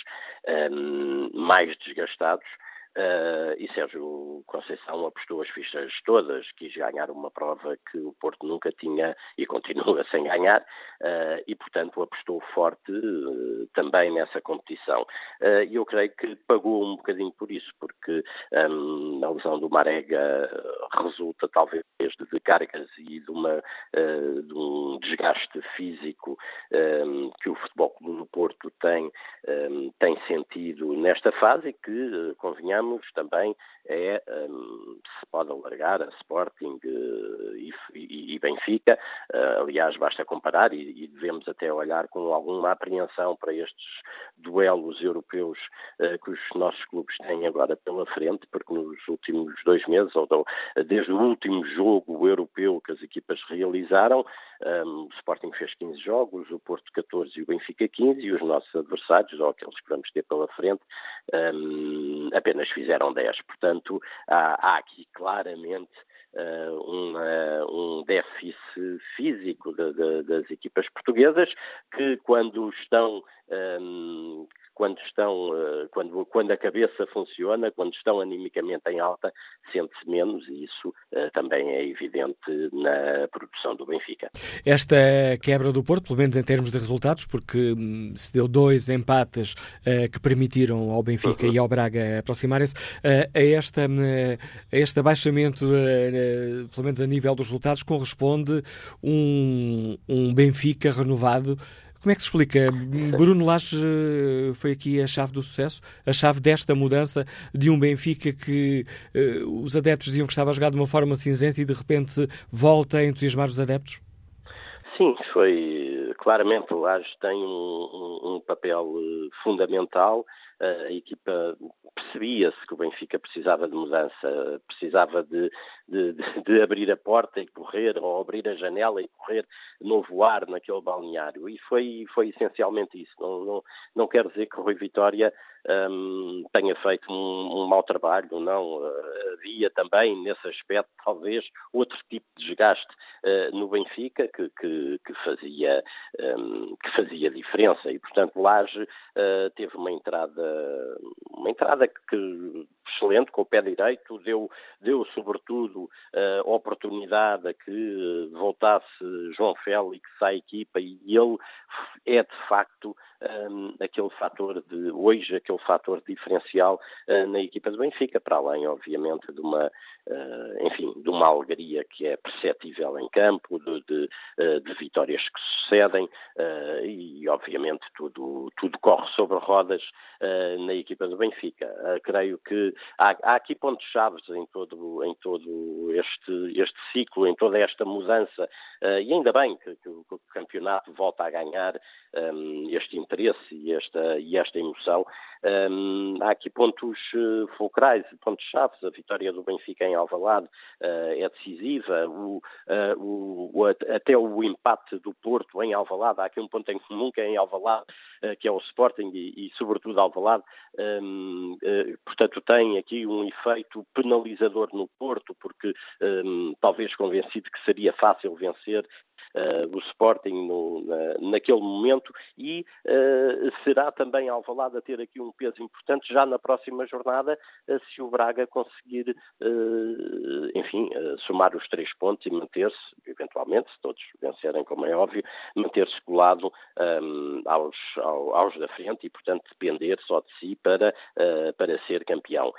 um, mais desgastados. Uh, e Sérgio Conceição apostou as fichas todas, quis ganhar uma prova que o Porto nunca tinha e continua sem ganhar, uh, e portanto apostou forte uh, também nessa competição. E uh, eu creio que pagou um bocadinho por isso, porque um, a lesão do Marega resulta talvez de cargas e de, uma, uh, de um desgaste físico um, que o Futebol Clube do Porto tem, um, tem sentido nesta fase e que, uh, convenhamos, também é, um, se pode alargar a Sporting uh, e, e, e Benfica. Uh, aliás, basta comparar e, e devemos até olhar com alguma apreensão para estes duelos europeus uh, que os nossos clubes têm agora pela frente, porque nos últimos dois meses, ou desde o último jogo europeu que as equipas realizaram, um, o Sporting fez quinze jogos, o Porto catorze e o Benfica quinze, e os nossos adversários, ou aqueles que vamos ter pela frente, um, apenas fizeram dez. Portanto, há, há aqui claramente uh, uma, um déficit físico de, de, das equipas portuguesas que, quando estão um, quando estão, quando, quando a cabeça funciona, quando estão animicamente em alta, sente-se menos, e isso uh, também é evidente na produção do Benfica. Esta quebra do Porto, pelo menos em termos de resultados, porque hum, se deu dois empates uh, que permitiram ao Benfica uhum. e ao Braga aproximarem-se, uh, a, esta, uh, a este abaixamento, uh, uh, pelo menos a nível dos resultados, corresponde um, um Benfica renovado. Como é que se explica? Bruno Lage foi aqui a chave do sucesso, a chave desta mudança de um Benfica que uh, os adeptos diziam que estava a jogar de uma forma cinzenta e de repente volta a entusiasmar os adeptos? Sim, foi claramente o Lages tem um, um, um papel uh, fundamental. Uh, a equipa percebia-se que o Benfica precisava de mudança, precisava de, de, de, de abrir a porta e correr, ou abrir a janela e correr novo ar naquele balneário. E foi, foi essencialmente isso. Não, não, não quer dizer que o Rui Vitória um, tenha feito um, um mau trabalho, não. Uh, havia também, nesse aspecto, talvez, outro tipo de desgaste uh, no Benfica que, que, que, fazia, um, que fazia diferença. E, portanto, Laje uh, teve uma entrada uma entrada que, excelente, com o pé direito, deu, deu sobretudo a oportunidade a que voltasse João Félix à equipa, e ele é de facto um, aquele fator de hoje, aquele fator diferencial uh, na equipa do Benfica, para além obviamente de uma uh, enfim, de uma alegria que é perceptível em campo, de, de, uh, de vitórias que sucedem uh, e obviamente tudo, tudo corre sobre rodas uh, na equipa do Benfica. Uh, creio que há, há aqui pontos chaves em todo, em todo este, este ciclo, em toda esta mudança, uh, e ainda bem que, que, que o campeonato volta a ganhar um, este interesse e esta, e esta emoção. Um, há aqui pontos uh, fulcrais, pontos chaves. A vitória do Benfica em Alvalade uh, é decisiva, o, uh, o, o, até o empate do Porto em Alvalade. Há aqui um ponto em comum, que é em Alvalade, uh, que é o Sporting, e, e sobretudo Alvalade, um, uh, portanto tem aqui um efeito penalizador no Porto, porque um, talvez convencido que seria fácil vencer Uh, o Sporting no, na, naquele momento, e uh, será também Alvalade a ter aqui um peso importante já na próxima jornada, uh, se o Braga conseguir uh, enfim, uh, somar os três pontos e manter-se, eventualmente, se todos vencerem, como é óbvio, manter-se colado um, aos, aos, aos da frente e, portanto, depender só de si para, uh, para ser campeão.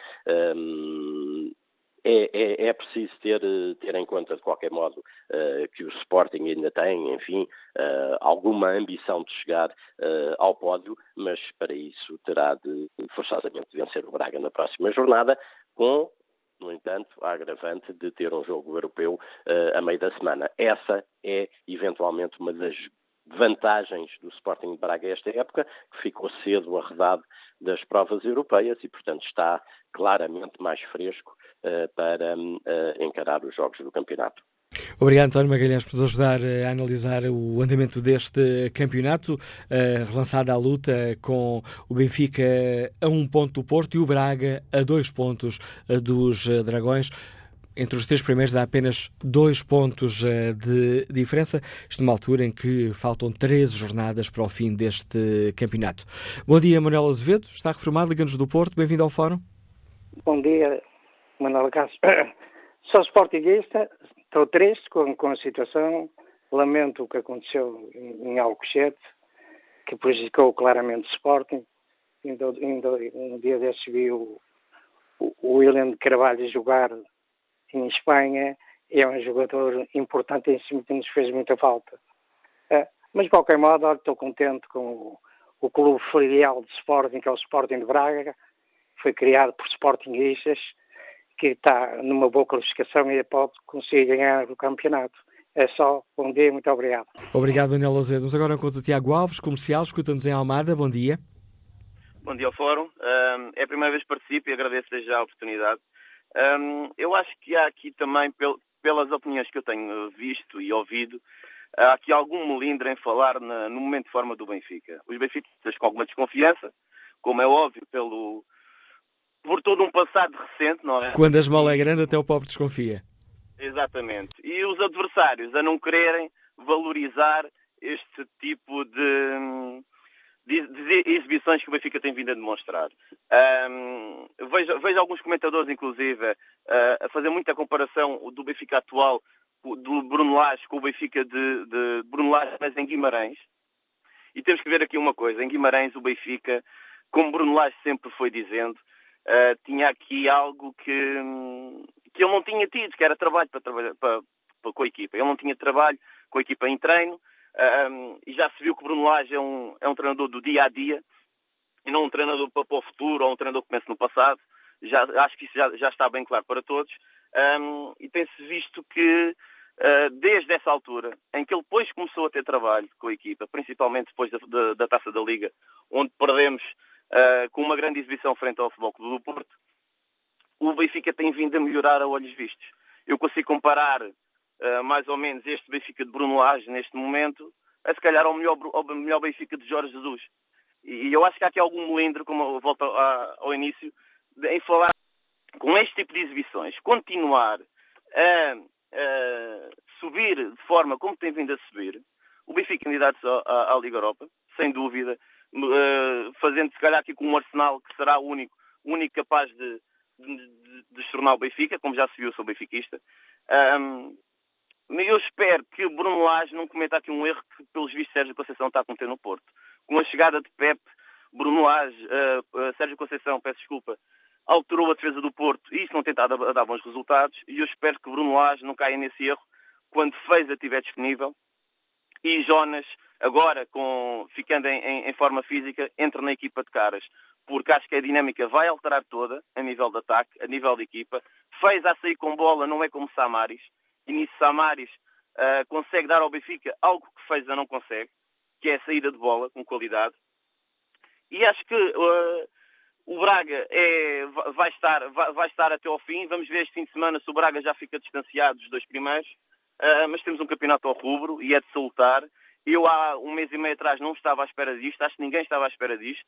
Um, É, é, é preciso ter, ter em conta, de qualquer modo, uh, que o Sporting ainda tem, enfim, uh, alguma ambição de chegar uh, ao pódio, mas para isso terá de, forçosamente, vencer o Braga na próxima jornada, com, no entanto, a agravante de ter um jogo europeu uh, a meio da semana. Essa é, eventualmente, uma das vantagens do Sporting de Braga esta época, que ficou cedo arredado das provas europeias e, portanto, está claramente mais fresco uh, para uh, encarar os jogos do campeonato. Obrigado, António Magalhães, por nos ajudar a analisar o andamento deste campeonato, uh, relançada a luta com o Benfica a um ponto do Porto e o Braga a dois pontos uh, dos uh, Dragões. Entre os três primeiros há apenas dois pontos uh, de diferença, isto numa altura em que faltam treze jornadas para o fim deste campeonato. Bom dia, Manuel Azevedo, está reformado, Liga-nos do Porto, bem-vindo ao Fórum. Bom dia, Manuel Cássio. Sou sportinguista, estou triste com, com a situação, lamento o que aconteceu em, em Alcochete, que prejudicou claramente o Sporting. Ainda, ainda um dia desses vi o, o, o William de Carvalho jogar em Espanha, é um jogador importantíssimo que nos fez muita falta. É, mas, de qualquer modo, olha, estou contente com o, o clube filial de Sporting, que é o Sporting de Braga, foi criado por sportinguistas, que está numa boa classificação e pode conseguir ganhar o campeonato. É só. Bom dia, muito obrigado. Obrigado, Daniel Azevedo. Vamos agora com o Tiago Alves, comercial, escuta-nos em Almada. Bom dia. Bom dia ao Fórum. Um, é a primeira vez que participo e agradeço desde já a oportunidade. Um, eu acho que há aqui também, pel, pelas opiniões que eu tenho visto e ouvido, há aqui algum melindre em falar na, no momento de forma do Benfica. Os benfiquistas com alguma desconfiança, como é óbvio, pelo, por todo um passado recente, não é? Quando a esmola é grande, até o pobre desconfia. Exatamente. E os adversários a não quererem valorizar este tipo de... De, de exibições que o Benfica tem vindo a demonstrar. Um, vejo, vejo alguns comentadores, inclusive, uh, a fazer muita comparação do Benfica atual do Bruno Lage com o Benfica de, de Bruno Lage, mas em Guimarães. E temos que ver aqui uma coisa. Em Guimarães, o Benfica, como Bruno Lage sempre foi dizendo, uh, tinha aqui algo que, que ele não tinha tido, que era trabalho para trabalhar para, para, com a equipa. Ele não tinha trabalho com a equipa em treino. Um, e já se viu que o Bruno Lage é um, é um treinador do dia-a-dia e não um treinador para, para o futuro ou um treinador que pensa no passado. Já, acho que isso já, já está bem claro para todos. Um, e tem-se visto que uh, desde essa altura, em que ele depois começou a ter trabalho com a equipa, principalmente depois da, da, da Taça da Liga, onde perdemos uh, com uma grande exibição frente ao Futebol Clube do Porto, o Benfica tem vindo a melhorar a olhos vistos. Eu consigo comparar uh, mais ou menos este Benfica de Bruno Lage neste momento a se calhar ao melhor, ao melhor Benfica de Jorge Jesus. E, e eu acho que há aqui algum melindre, como eu volto a, ao início, de, em falar com este tipo de exibições, continuar a, a subir de forma como tem vindo a subir, o Benfica candidato à, à Liga Europa, sem dúvida, uh, fazendo se calhar aqui com um Arsenal que será o único, o único capaz de De, de, de tornar o Benfica, como já se viu, sou benfiquista. Um, eu espero que o Bruno Lage não cometa aqui um erro que, pelos vistos, Sérgio Conceição está a cometer no Porto. Com a chegada de Pep, Bruno Lage, uh, uh, Sérgio Conceição, peço desculpa, alterou a defesa do Porto e isso não tem estado a, a dar bons resultados, e eu espero que Bruno Lage não caia nesse erro quando Feza estiver disponível e Jonas, agora com, ficando em, em, em forma física, entra na equipa de caras. Porque acho que a dinâmica vai alterar toda, a nível de ataque, a nível de equipa. Fez a sair com bola, não é como Samaris. E nisso Samaris uh, consegue dar ao Benfica algo que Feza não consegue, que é a saída de bola, com qualidade. E acho que uh, o Braga é, vai, estar, vai, vai estar até ao fim. Vamos ver este fim de semana se o Braga já fica distanciado dos dois primeiros. Uh, mas temos um campeonato ao rubro e é de salutar. Eu há um mês e meio atrás não estava à espera disto. Acho que ninguém estava à espera disto.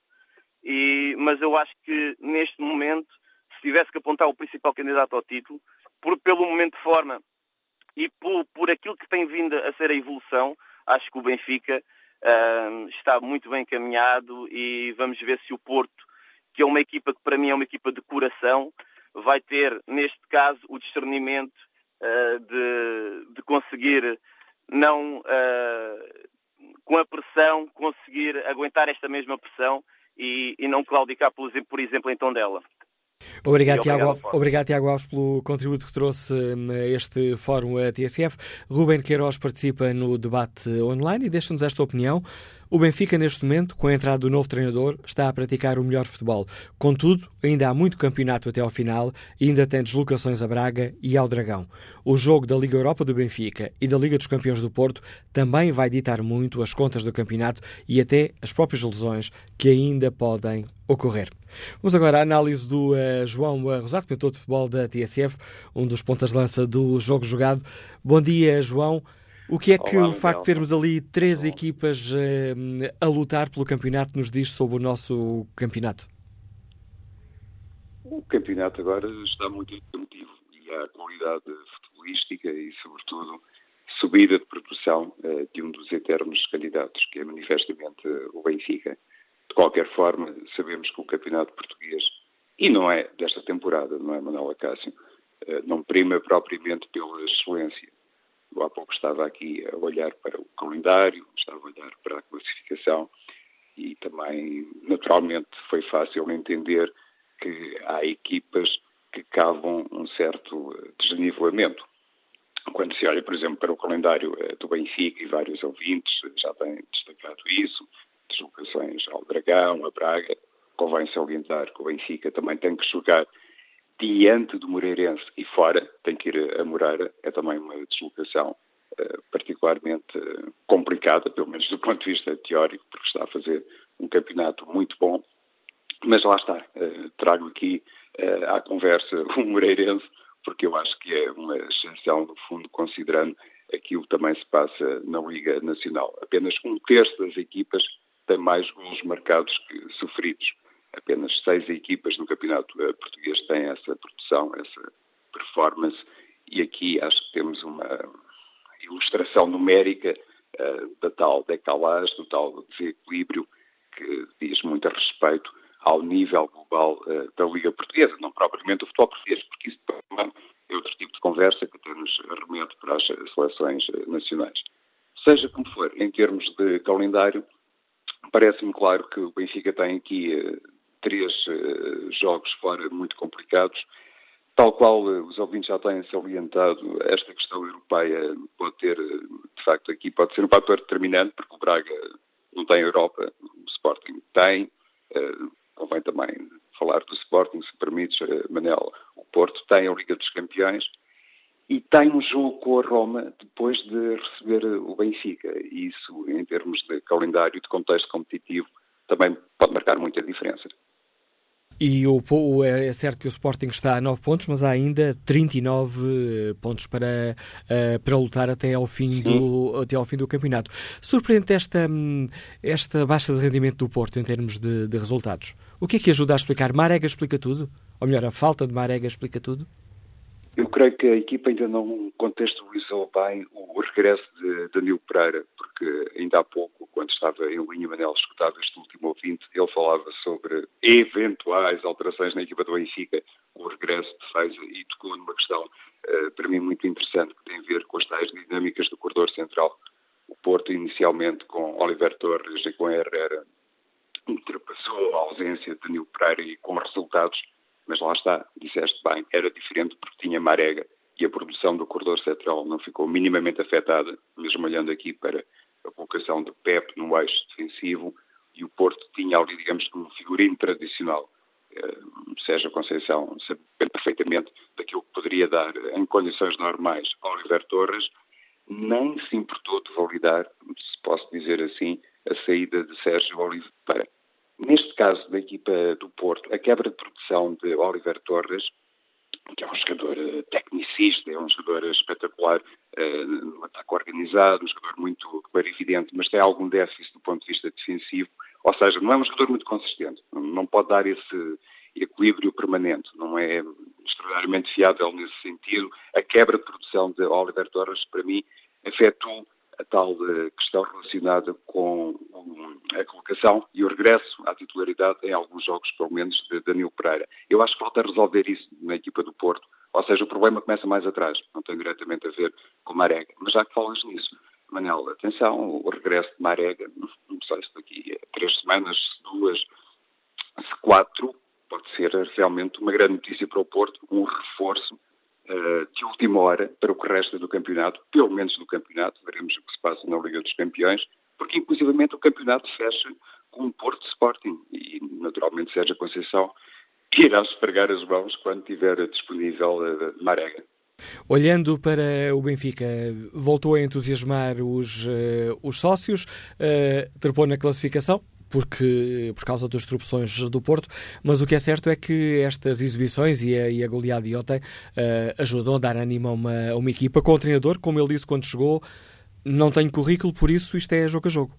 E, mas eu acho que neste momento, se tivesse que apontar o principal candidato ao título, por, pelo momento de forma e por, por aquilo que tem vindo a ser a evolução, acho que o Benfica uh, está muito bem encaminhado e vamos ver se o Porto, que é uma equipa que para mim é uma equipa de coração, vai ter neste caso o discernimento uh, de, de conseguir não uh, com a pressão, conseguir aguentar esta mesma pressão E, e não claudicar, por exemplo, por exemplo, em Tondela. Obrigado, Tiago Alves, obrigado, Tiago Alves, pelo contributo que trouxe a este fórum a T S F. Ruben Queiroz participa no debate online e deixa-nos esta opinião. O Benfica, neste momento, com a entrada do novo treinador, está a praticar o melhor futebol. Contudo, ainda há muito campeonato até ao final e ainda tem deslocações a Braga e ao Dragão. O jogo da Liga Europa do Benfica e da Liga dos Campeões do Porto também vai ditar muito as contas do campeonato e até as próprias lesões que ainda podem ocorrer. Vamos agora à análise do uh, João Rosado, comentátor de futebol da T S F, um dos pontas de lança do jogo jogado. Bom dia, João. O que é que Olá, o facto de termos ali três Olá. equipas uh, a lutar pelo campeonato nos diz sobre o nosso campeonato? O campeonato agora está muito emotivo e há qualidade futebolística e, sobretudo, subida de produção uh, de um dos eternos candidatos, que é manifestamente uh, o Benfica. De qualquer forma, sabemos que o campeonato português, e não é desta temporada, não é, Manuel Acácio, uh, não prima propriamente pela excelência. Eu há pouco estava aqui a olhar para o calendário, estava a olhar para a classificação e também, naturalmente, foi fácil entender que há equipas que cavam um certo desnivelamento. Quando se olha, por exemplo, para o calendário do Benfica, e vários ouvintes já têm destacado isso, deslocações ao Dragão, a Braga, convém salientar que o Benfica também tem que jogar diante do Moreirense e fora, tem que ir a Moreira, é também uma deslocação uh, particularmente uh, complicada, pelo menos do ponto de vista teórico, porque está a fazer um campeonato muito bom, mas lá está, uh, trago aqui uh, à conversa o Moreirense, porque eu acho que é uma exceção, no fundo, considerando aquilo que também se passa na Liga Nacional. Apenas um terço das equipas tem mais golos marcados que sofridos. Apenas seis equipas no campeonato português têm essa produção, essa performance, e aqui acho que temos uma ilustração numérica uh, da tal decalagem, do tal desequilíbrio, que diz muito a respeito ao nível global uh, da Liga Portuguesa, não propriamente o futebol português, porque isso também é outro tipo de conversa que até nos remete para as seleções uh, nacionais. Seja como for, em termos de calendário, parece-me claro que o Benfica tem aqui uh, três uh, jogos fora muito complicados. Tal qual uh, os ouvintes já têm salientado, esta questão europeia pode ter, uh, de facto, aqui pode ser um fator determinante, porque o Braga não tem Europa, o Sporting tem. Uh, convém também falar do Sporting, se permites, uh, Manel. O Porto tem a Liga dos Campeões. e tem um jogo com a Roma depois de receber o Benfica. E isso, em termos de calendário e de contexto competitivo, também pode marcar muita diferença. E o, o, é certo que o Sporting está a nove pontos, mas há ainda trinta e nove pontos para, uh, para lutar até ao, fim do, até ao fim do campeonato. Surpreende esta, esta baixa de rendimento do Porto em termos de, de resultados. O que é que ajuda a explicar? Marega explica tudo? Ou melhor, a falta de Marega explica tudo? Eu creio que a equipa ainda não contextualizou bem o regresso de Danilo Pereira, porque ainda há pouco, quando estava em linha, Manel, escutava este último ouvinte, ele falava sobre eventuais alterações na equipa do Benfica, o regresso de Feiza, e tocou numa questão, uh, para mim, muito interessante, que tem a ver com as tais dinâmicas do corredor central. O Porto, inicialmente, com Oliver Torres e com Herrera, ultrapassou a ausência de Danilo Pereira e com resultados. Mas lá está, disseste bem, era diferente porque tinha Marega e a produção do corredor central não ficou minimamente afetada, mesmo olhando aqui para a colocação de Pepe no eixo defensivo, e o Porto tinha ali, digamos, um figurino tradicional. Sérgio Conceição sabia perfeitamente daquilo que poderia dar em condições normais a Oliver Torres, nem se importou de validar, se posso dizer assim, a saída de Sérgio Oliveira. Neste caso da equipa do Porto, a quebra de produção de Oliver Torres, que é um jogador uh, tecnicista, é um jogador espetacular uh, no ataque organizado, um jogador muito clarividente, mas tem algum déficit do ponto de vista defensivo, ou seja, não é um jogador muito consistente, não, não pode dar esse equilíbrio permanente, não é extraordinariamente fiável nesse sentido. A quebra de produção de Oliver Torres, para mim, afetou a tal questão relacionada com a colocação e o regresso à titularidade em alguns jogos, pelo menos, de Danilo Pereira. Eu acho que falta resolver isso na equipa do Porto, ou seja, o problema começa mais atrás, não tem diretamente a ver com Marega. Mas já que falas nisso, Manel, atenção, o regresso de Marega, não sei se daqui a três semanas, se duas, se quatro, pode ser realmente uma grande notícia para o Porto, um reforço de última hora para o que resta do campeonato, pelo menos do campeonato, veremos o que se passa na Liga dos Campeões, porque inclusivamente o campeonato fecha com o Porto Sporting e naturalmente Sérgio Conceição irá esfregar as mãos quando tiver disponível uh, Marega. Olhando para o Benfica, voltou a entusiasmar os, uh, os sócios, uh, trepou na classificação, porque, por causa das tropeções do Porto, mas o que é certo é que estas exibições e a, e a goleada de ontem uh, ajudam a dar ânimo a uma, a uma equipa com o treinador, como ele disse quando chegou, não tem currículo, por isso isto é jogo a jogo.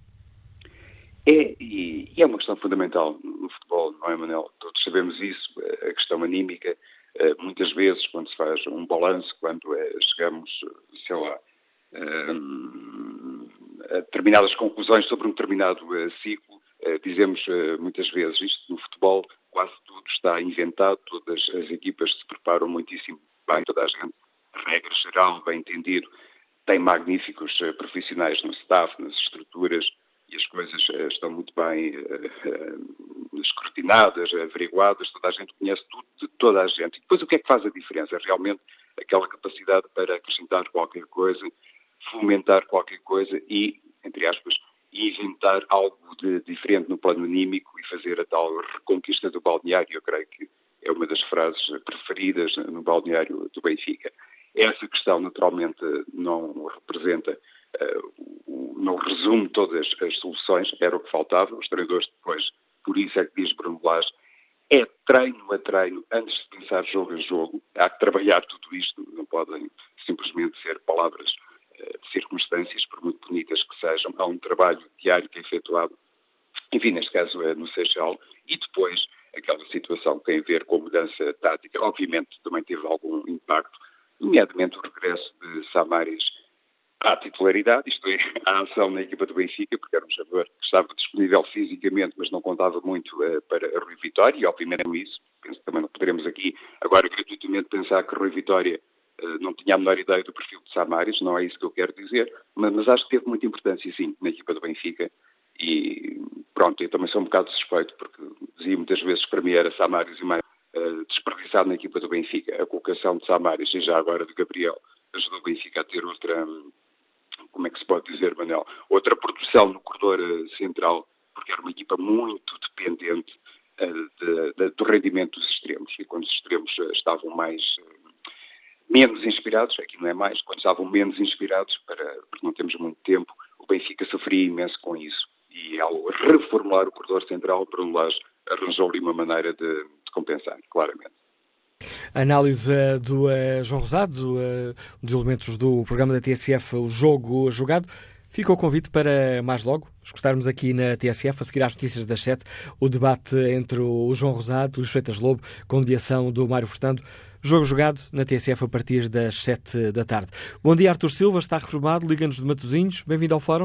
É, e, e é uma questão fundamental no futebol, não é, Manel? Todos sabemos isso, a questão anímica, uh, muitas vezes quando se faz um balanço, quando uh, chegamos, sei lá, uh, a determinadas conclusões sobre um determinado uh, ciclo, Uh, dizemos uh, muitas vezes isto no futebol, quase tudo está inventado, todas as equipas se preparam muitíssimo bem, toda a gente, regra geral, bem entendido, tem magníficos uh, profissionais no staff, nas estruturas, e as coisas uh, estão muito bem uh, uh, escrutinadas, averiguadas, toda a gente conhece tudo de toda a gente. E depois o que é que faz a diferença? É realmente aquela capacidade para acrescentar qualquer coisa, fomentar qualquer coisa e, entre aspas, e inventar algo de diferente no plano anímico e fazer a tal reconquista do balneário. Eu creio que é uma das frases preferidas no balneário do Benfica. Essa questão, naturalmente, não representa, uh, não resume todas as soluções, era o que faltava. Os treinadores depois, por isso é que diz Bruno Lage, é treino a treino, antes de pensar jogo a jogo. Há que trabalhar tudo isto, não podem simplesmente ser palavras de circunstâncias, por muito bonitas que sejam. Há um trabalho diário que é efetuado, enfim, neste caso é no Seixal, e depois aquela situação que tem a ver com a mudança tática, obviamente também teve algum impacto, nomeadamente o regresso de Samaris à titularidade, isto é, à ação na equipa do Benfica, porque era um jogador que estava disponível fisicamente, mas não contava muito uh, para Rui Vitória, e obviamente é isso. Penso que também não poderemos aqui agora gratuitamente pensar que Rui Vitória não tinha a menor ideia do perfil de Samaris, não é isso que eu quero dizer, mas, mas acho que teve muita importância, sim, na equipa do Benfica. E pronto, eu também sou um bocado suspeito, porque dizia muitas vezes que para mim era Samaris e mais uh, desperdiçado na equipa do Benfica. A colocação de Samaris e já agora de Gabriel ajudou o Benfica a ter outra, como é que se pode dizer, Manel, outra produção no corredor uh, central, porque era uma equipa muito dependente uh, de, de, do rendimento dos extremos. E quando os extremos uh, estavam mais... Uh, menos inspirados, aqui não é mais, quando estavam menos inspirados, para, porque não temos muito tempo, o Benfica sofria imenso com isso. E ao reformular o corredor central, por um lado, arranjou-lhe uma maneira de, de compensar, claramente. A análise uh, do uh, João Rosado, uh, um dos elementos do programa da T S F, o Jogo Jogado. Fica o convite para mais logo escutarmos aqui na T S F, a seguir às notícias das sete, o debate entre o João Rosado e o Luís Freitas Lobo, com mediação do Mário Furtado. Jogo Jogado na T S F a partir das sete da tarde. Bom dia, Artur Silva, está reformado, liga-nos de Matosinhos. Bem-vindo ao Fórum.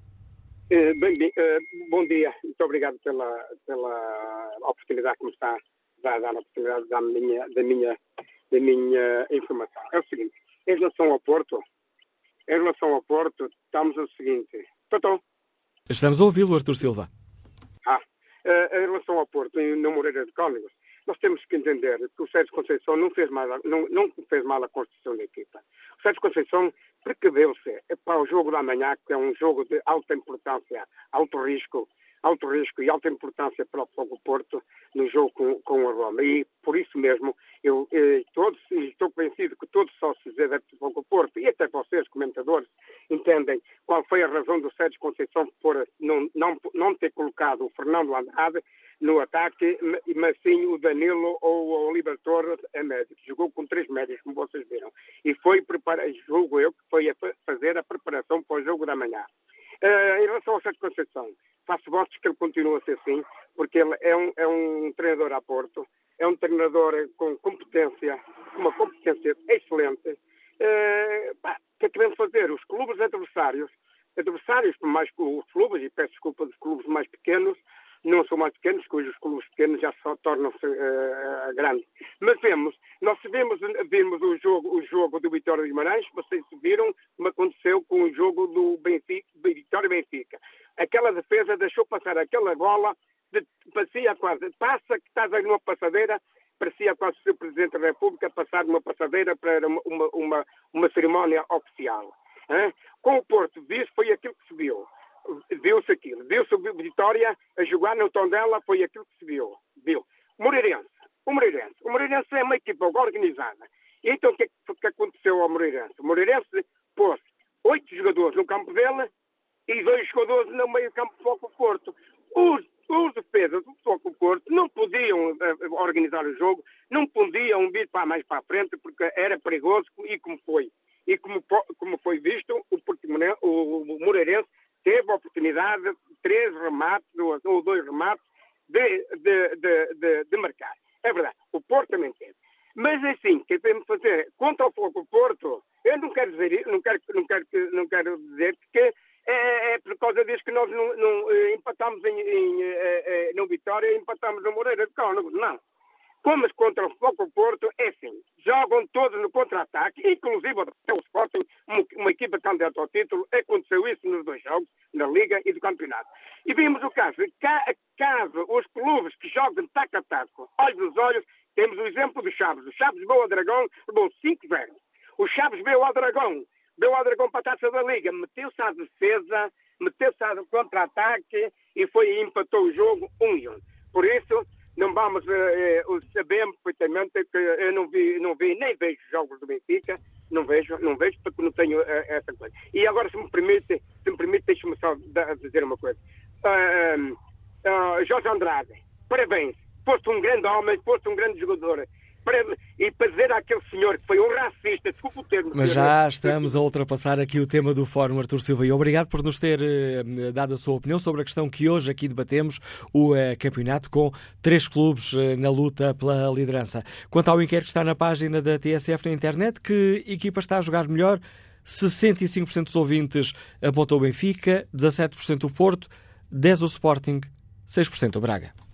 Uh, bem, uh, bom dia, muito obrigado pela, pela oportunidade que me está a dar, a oportunidade da minha, da, minha, da minha informação. É o seguinte, em relação ao Porto, em relação ao Porto, estamos o seguinte... Tô, Estamos a ouvi-lo, Artur Silva. Ah, uh, em relação ao Porto, no Moreira de Cónegos, nós temos que entender que o Sérgio Conceição não fez mal, não, não fez mal à construção da equipa. O Sérgio Conceição precaveu-se para o jogo da manhã, que é um jogo de alta importância, alto risco, alto risco e alta importância para o Fogo Porto no jogo com, com a Roma. E por isso mesmo eu eh, todos, estou convencido que todos os sócios adeptos do Fogo Porto, e até vocês, comentadores, entendem qual foi a razão do Sérgio Conceição por não, não, não ter colocado o Fernando Andrade no ataque, mas sim o Danilo ou o Oliver Torres a médio, que jogou com três médios, como vocês viram. E foi, preparar, julgo eu, que foi a fazer a preparação para o jogo da manhã. Uh, em relação ao Sérgio Conceição, faço votos que ele continue a ser assim, porque ele é um, é um treinador a Porto, é um treinador com competência, uma competência excelente. Uh, pá, o que é que devemos fazer? Os clubes adversários, adversários, mais que os clubes, e peço desculpa dos clubes mais pequenos, não são mais pequenos, cujos clubes pequenos já só tornam-se uh, grandes. Mas vemos, nós vimos, vimos o, jogo, o jogo do Vitória de Guimarães, vocês viram como aconteceu com o jogo do Benfica, Vitória Benfica. Aquela defesa deixou passar aquela bola, de, parecia quase, passa que estás aí numa passadeira, parecia quase o Presidente da República passar numa passadeira para uma, uma, uma, uma cerimónia oficial. Hein? Com o Porto, viu, foi aquilo que se viu. Viu-se aquilo. Viu-se o Vitória a jogar no Tondela, foi aquilo que se viu. Viu. Moreirense. O Moreirense. O Moreirense é uma equipa organizada. E então o que, que aconteceu ao Moreirense? O Moreirense pôs oito jogadores no campo dele e dois jogadores no meio campo do Foco Porto. Os, os defesas do Foco Porto não podiam uh, organizar o jogo, não podiam vir para mais para a frente porque era perigoso e como foi. E como, como foi visto, o, o, o Moreirense teve a oportunidade de três remates ou dois remates de, de, de, de, de marcar. É verdade, o Porto também teve. Mas assim, o que devemos fazer contra o Fogo Porto, eu não quero dizer, não quero, não quero, não quero dizer que é, é por causa disso que nós não, não empatamos em, em, em, no Vitória e empatamos no Moreira de Cónegos, não. Como contra o Fogo Porto, é assim, jogam todos no contra-ataque, inclusive até o Sporting, uma, uma equipa candidata ao título, aconteceu isso nos dois jogos, na Liga e do Campeonato. E vimos o caso, caso os clubes que jogam taco a taco, olhos nos olhos, temos o exemplo do Chaves. O Chaves veio ao Dragão, levou cinco zero. O Chaves veio ao Dragão, veio ao Dragão para a taça da Liga, meteu-se à defesa, meteu-se ao contra-ataque e foi e empatou o jogo um a um. Por isso, não vamos, eh, sabemos perfeitamente que eu não vi, não vi, nem vejo jogos do Benfica, não vejo, não vejo porque não tenho eh, essa coisa. E agora, se me permite, se me permite, deixe-me só dizer uma coisa. Uh, uh, Jorge Andrade, parabéns, foste um grande homem, foste um grande jogador. E para dizer àquele senhor que foi um racista, desculpe o termo. Mas já estamos a ultrapassar aqui o tema do Fórum, Artur Silva, e obrigado por nos ter uh, dado a sua opinião sobre a questão que hoje aqui debatemos, o uh, campeonato com três clubes uh, na luta pela liderança. Quanto ao inquérito que está na página da T S F na internet, que equipa está a jogar melhor? sessenta e cinco por cento dos ouvintes apontou o Benfica, dezassete por cento o Porto, dez por cento o Sporting, seis por cento o Braga.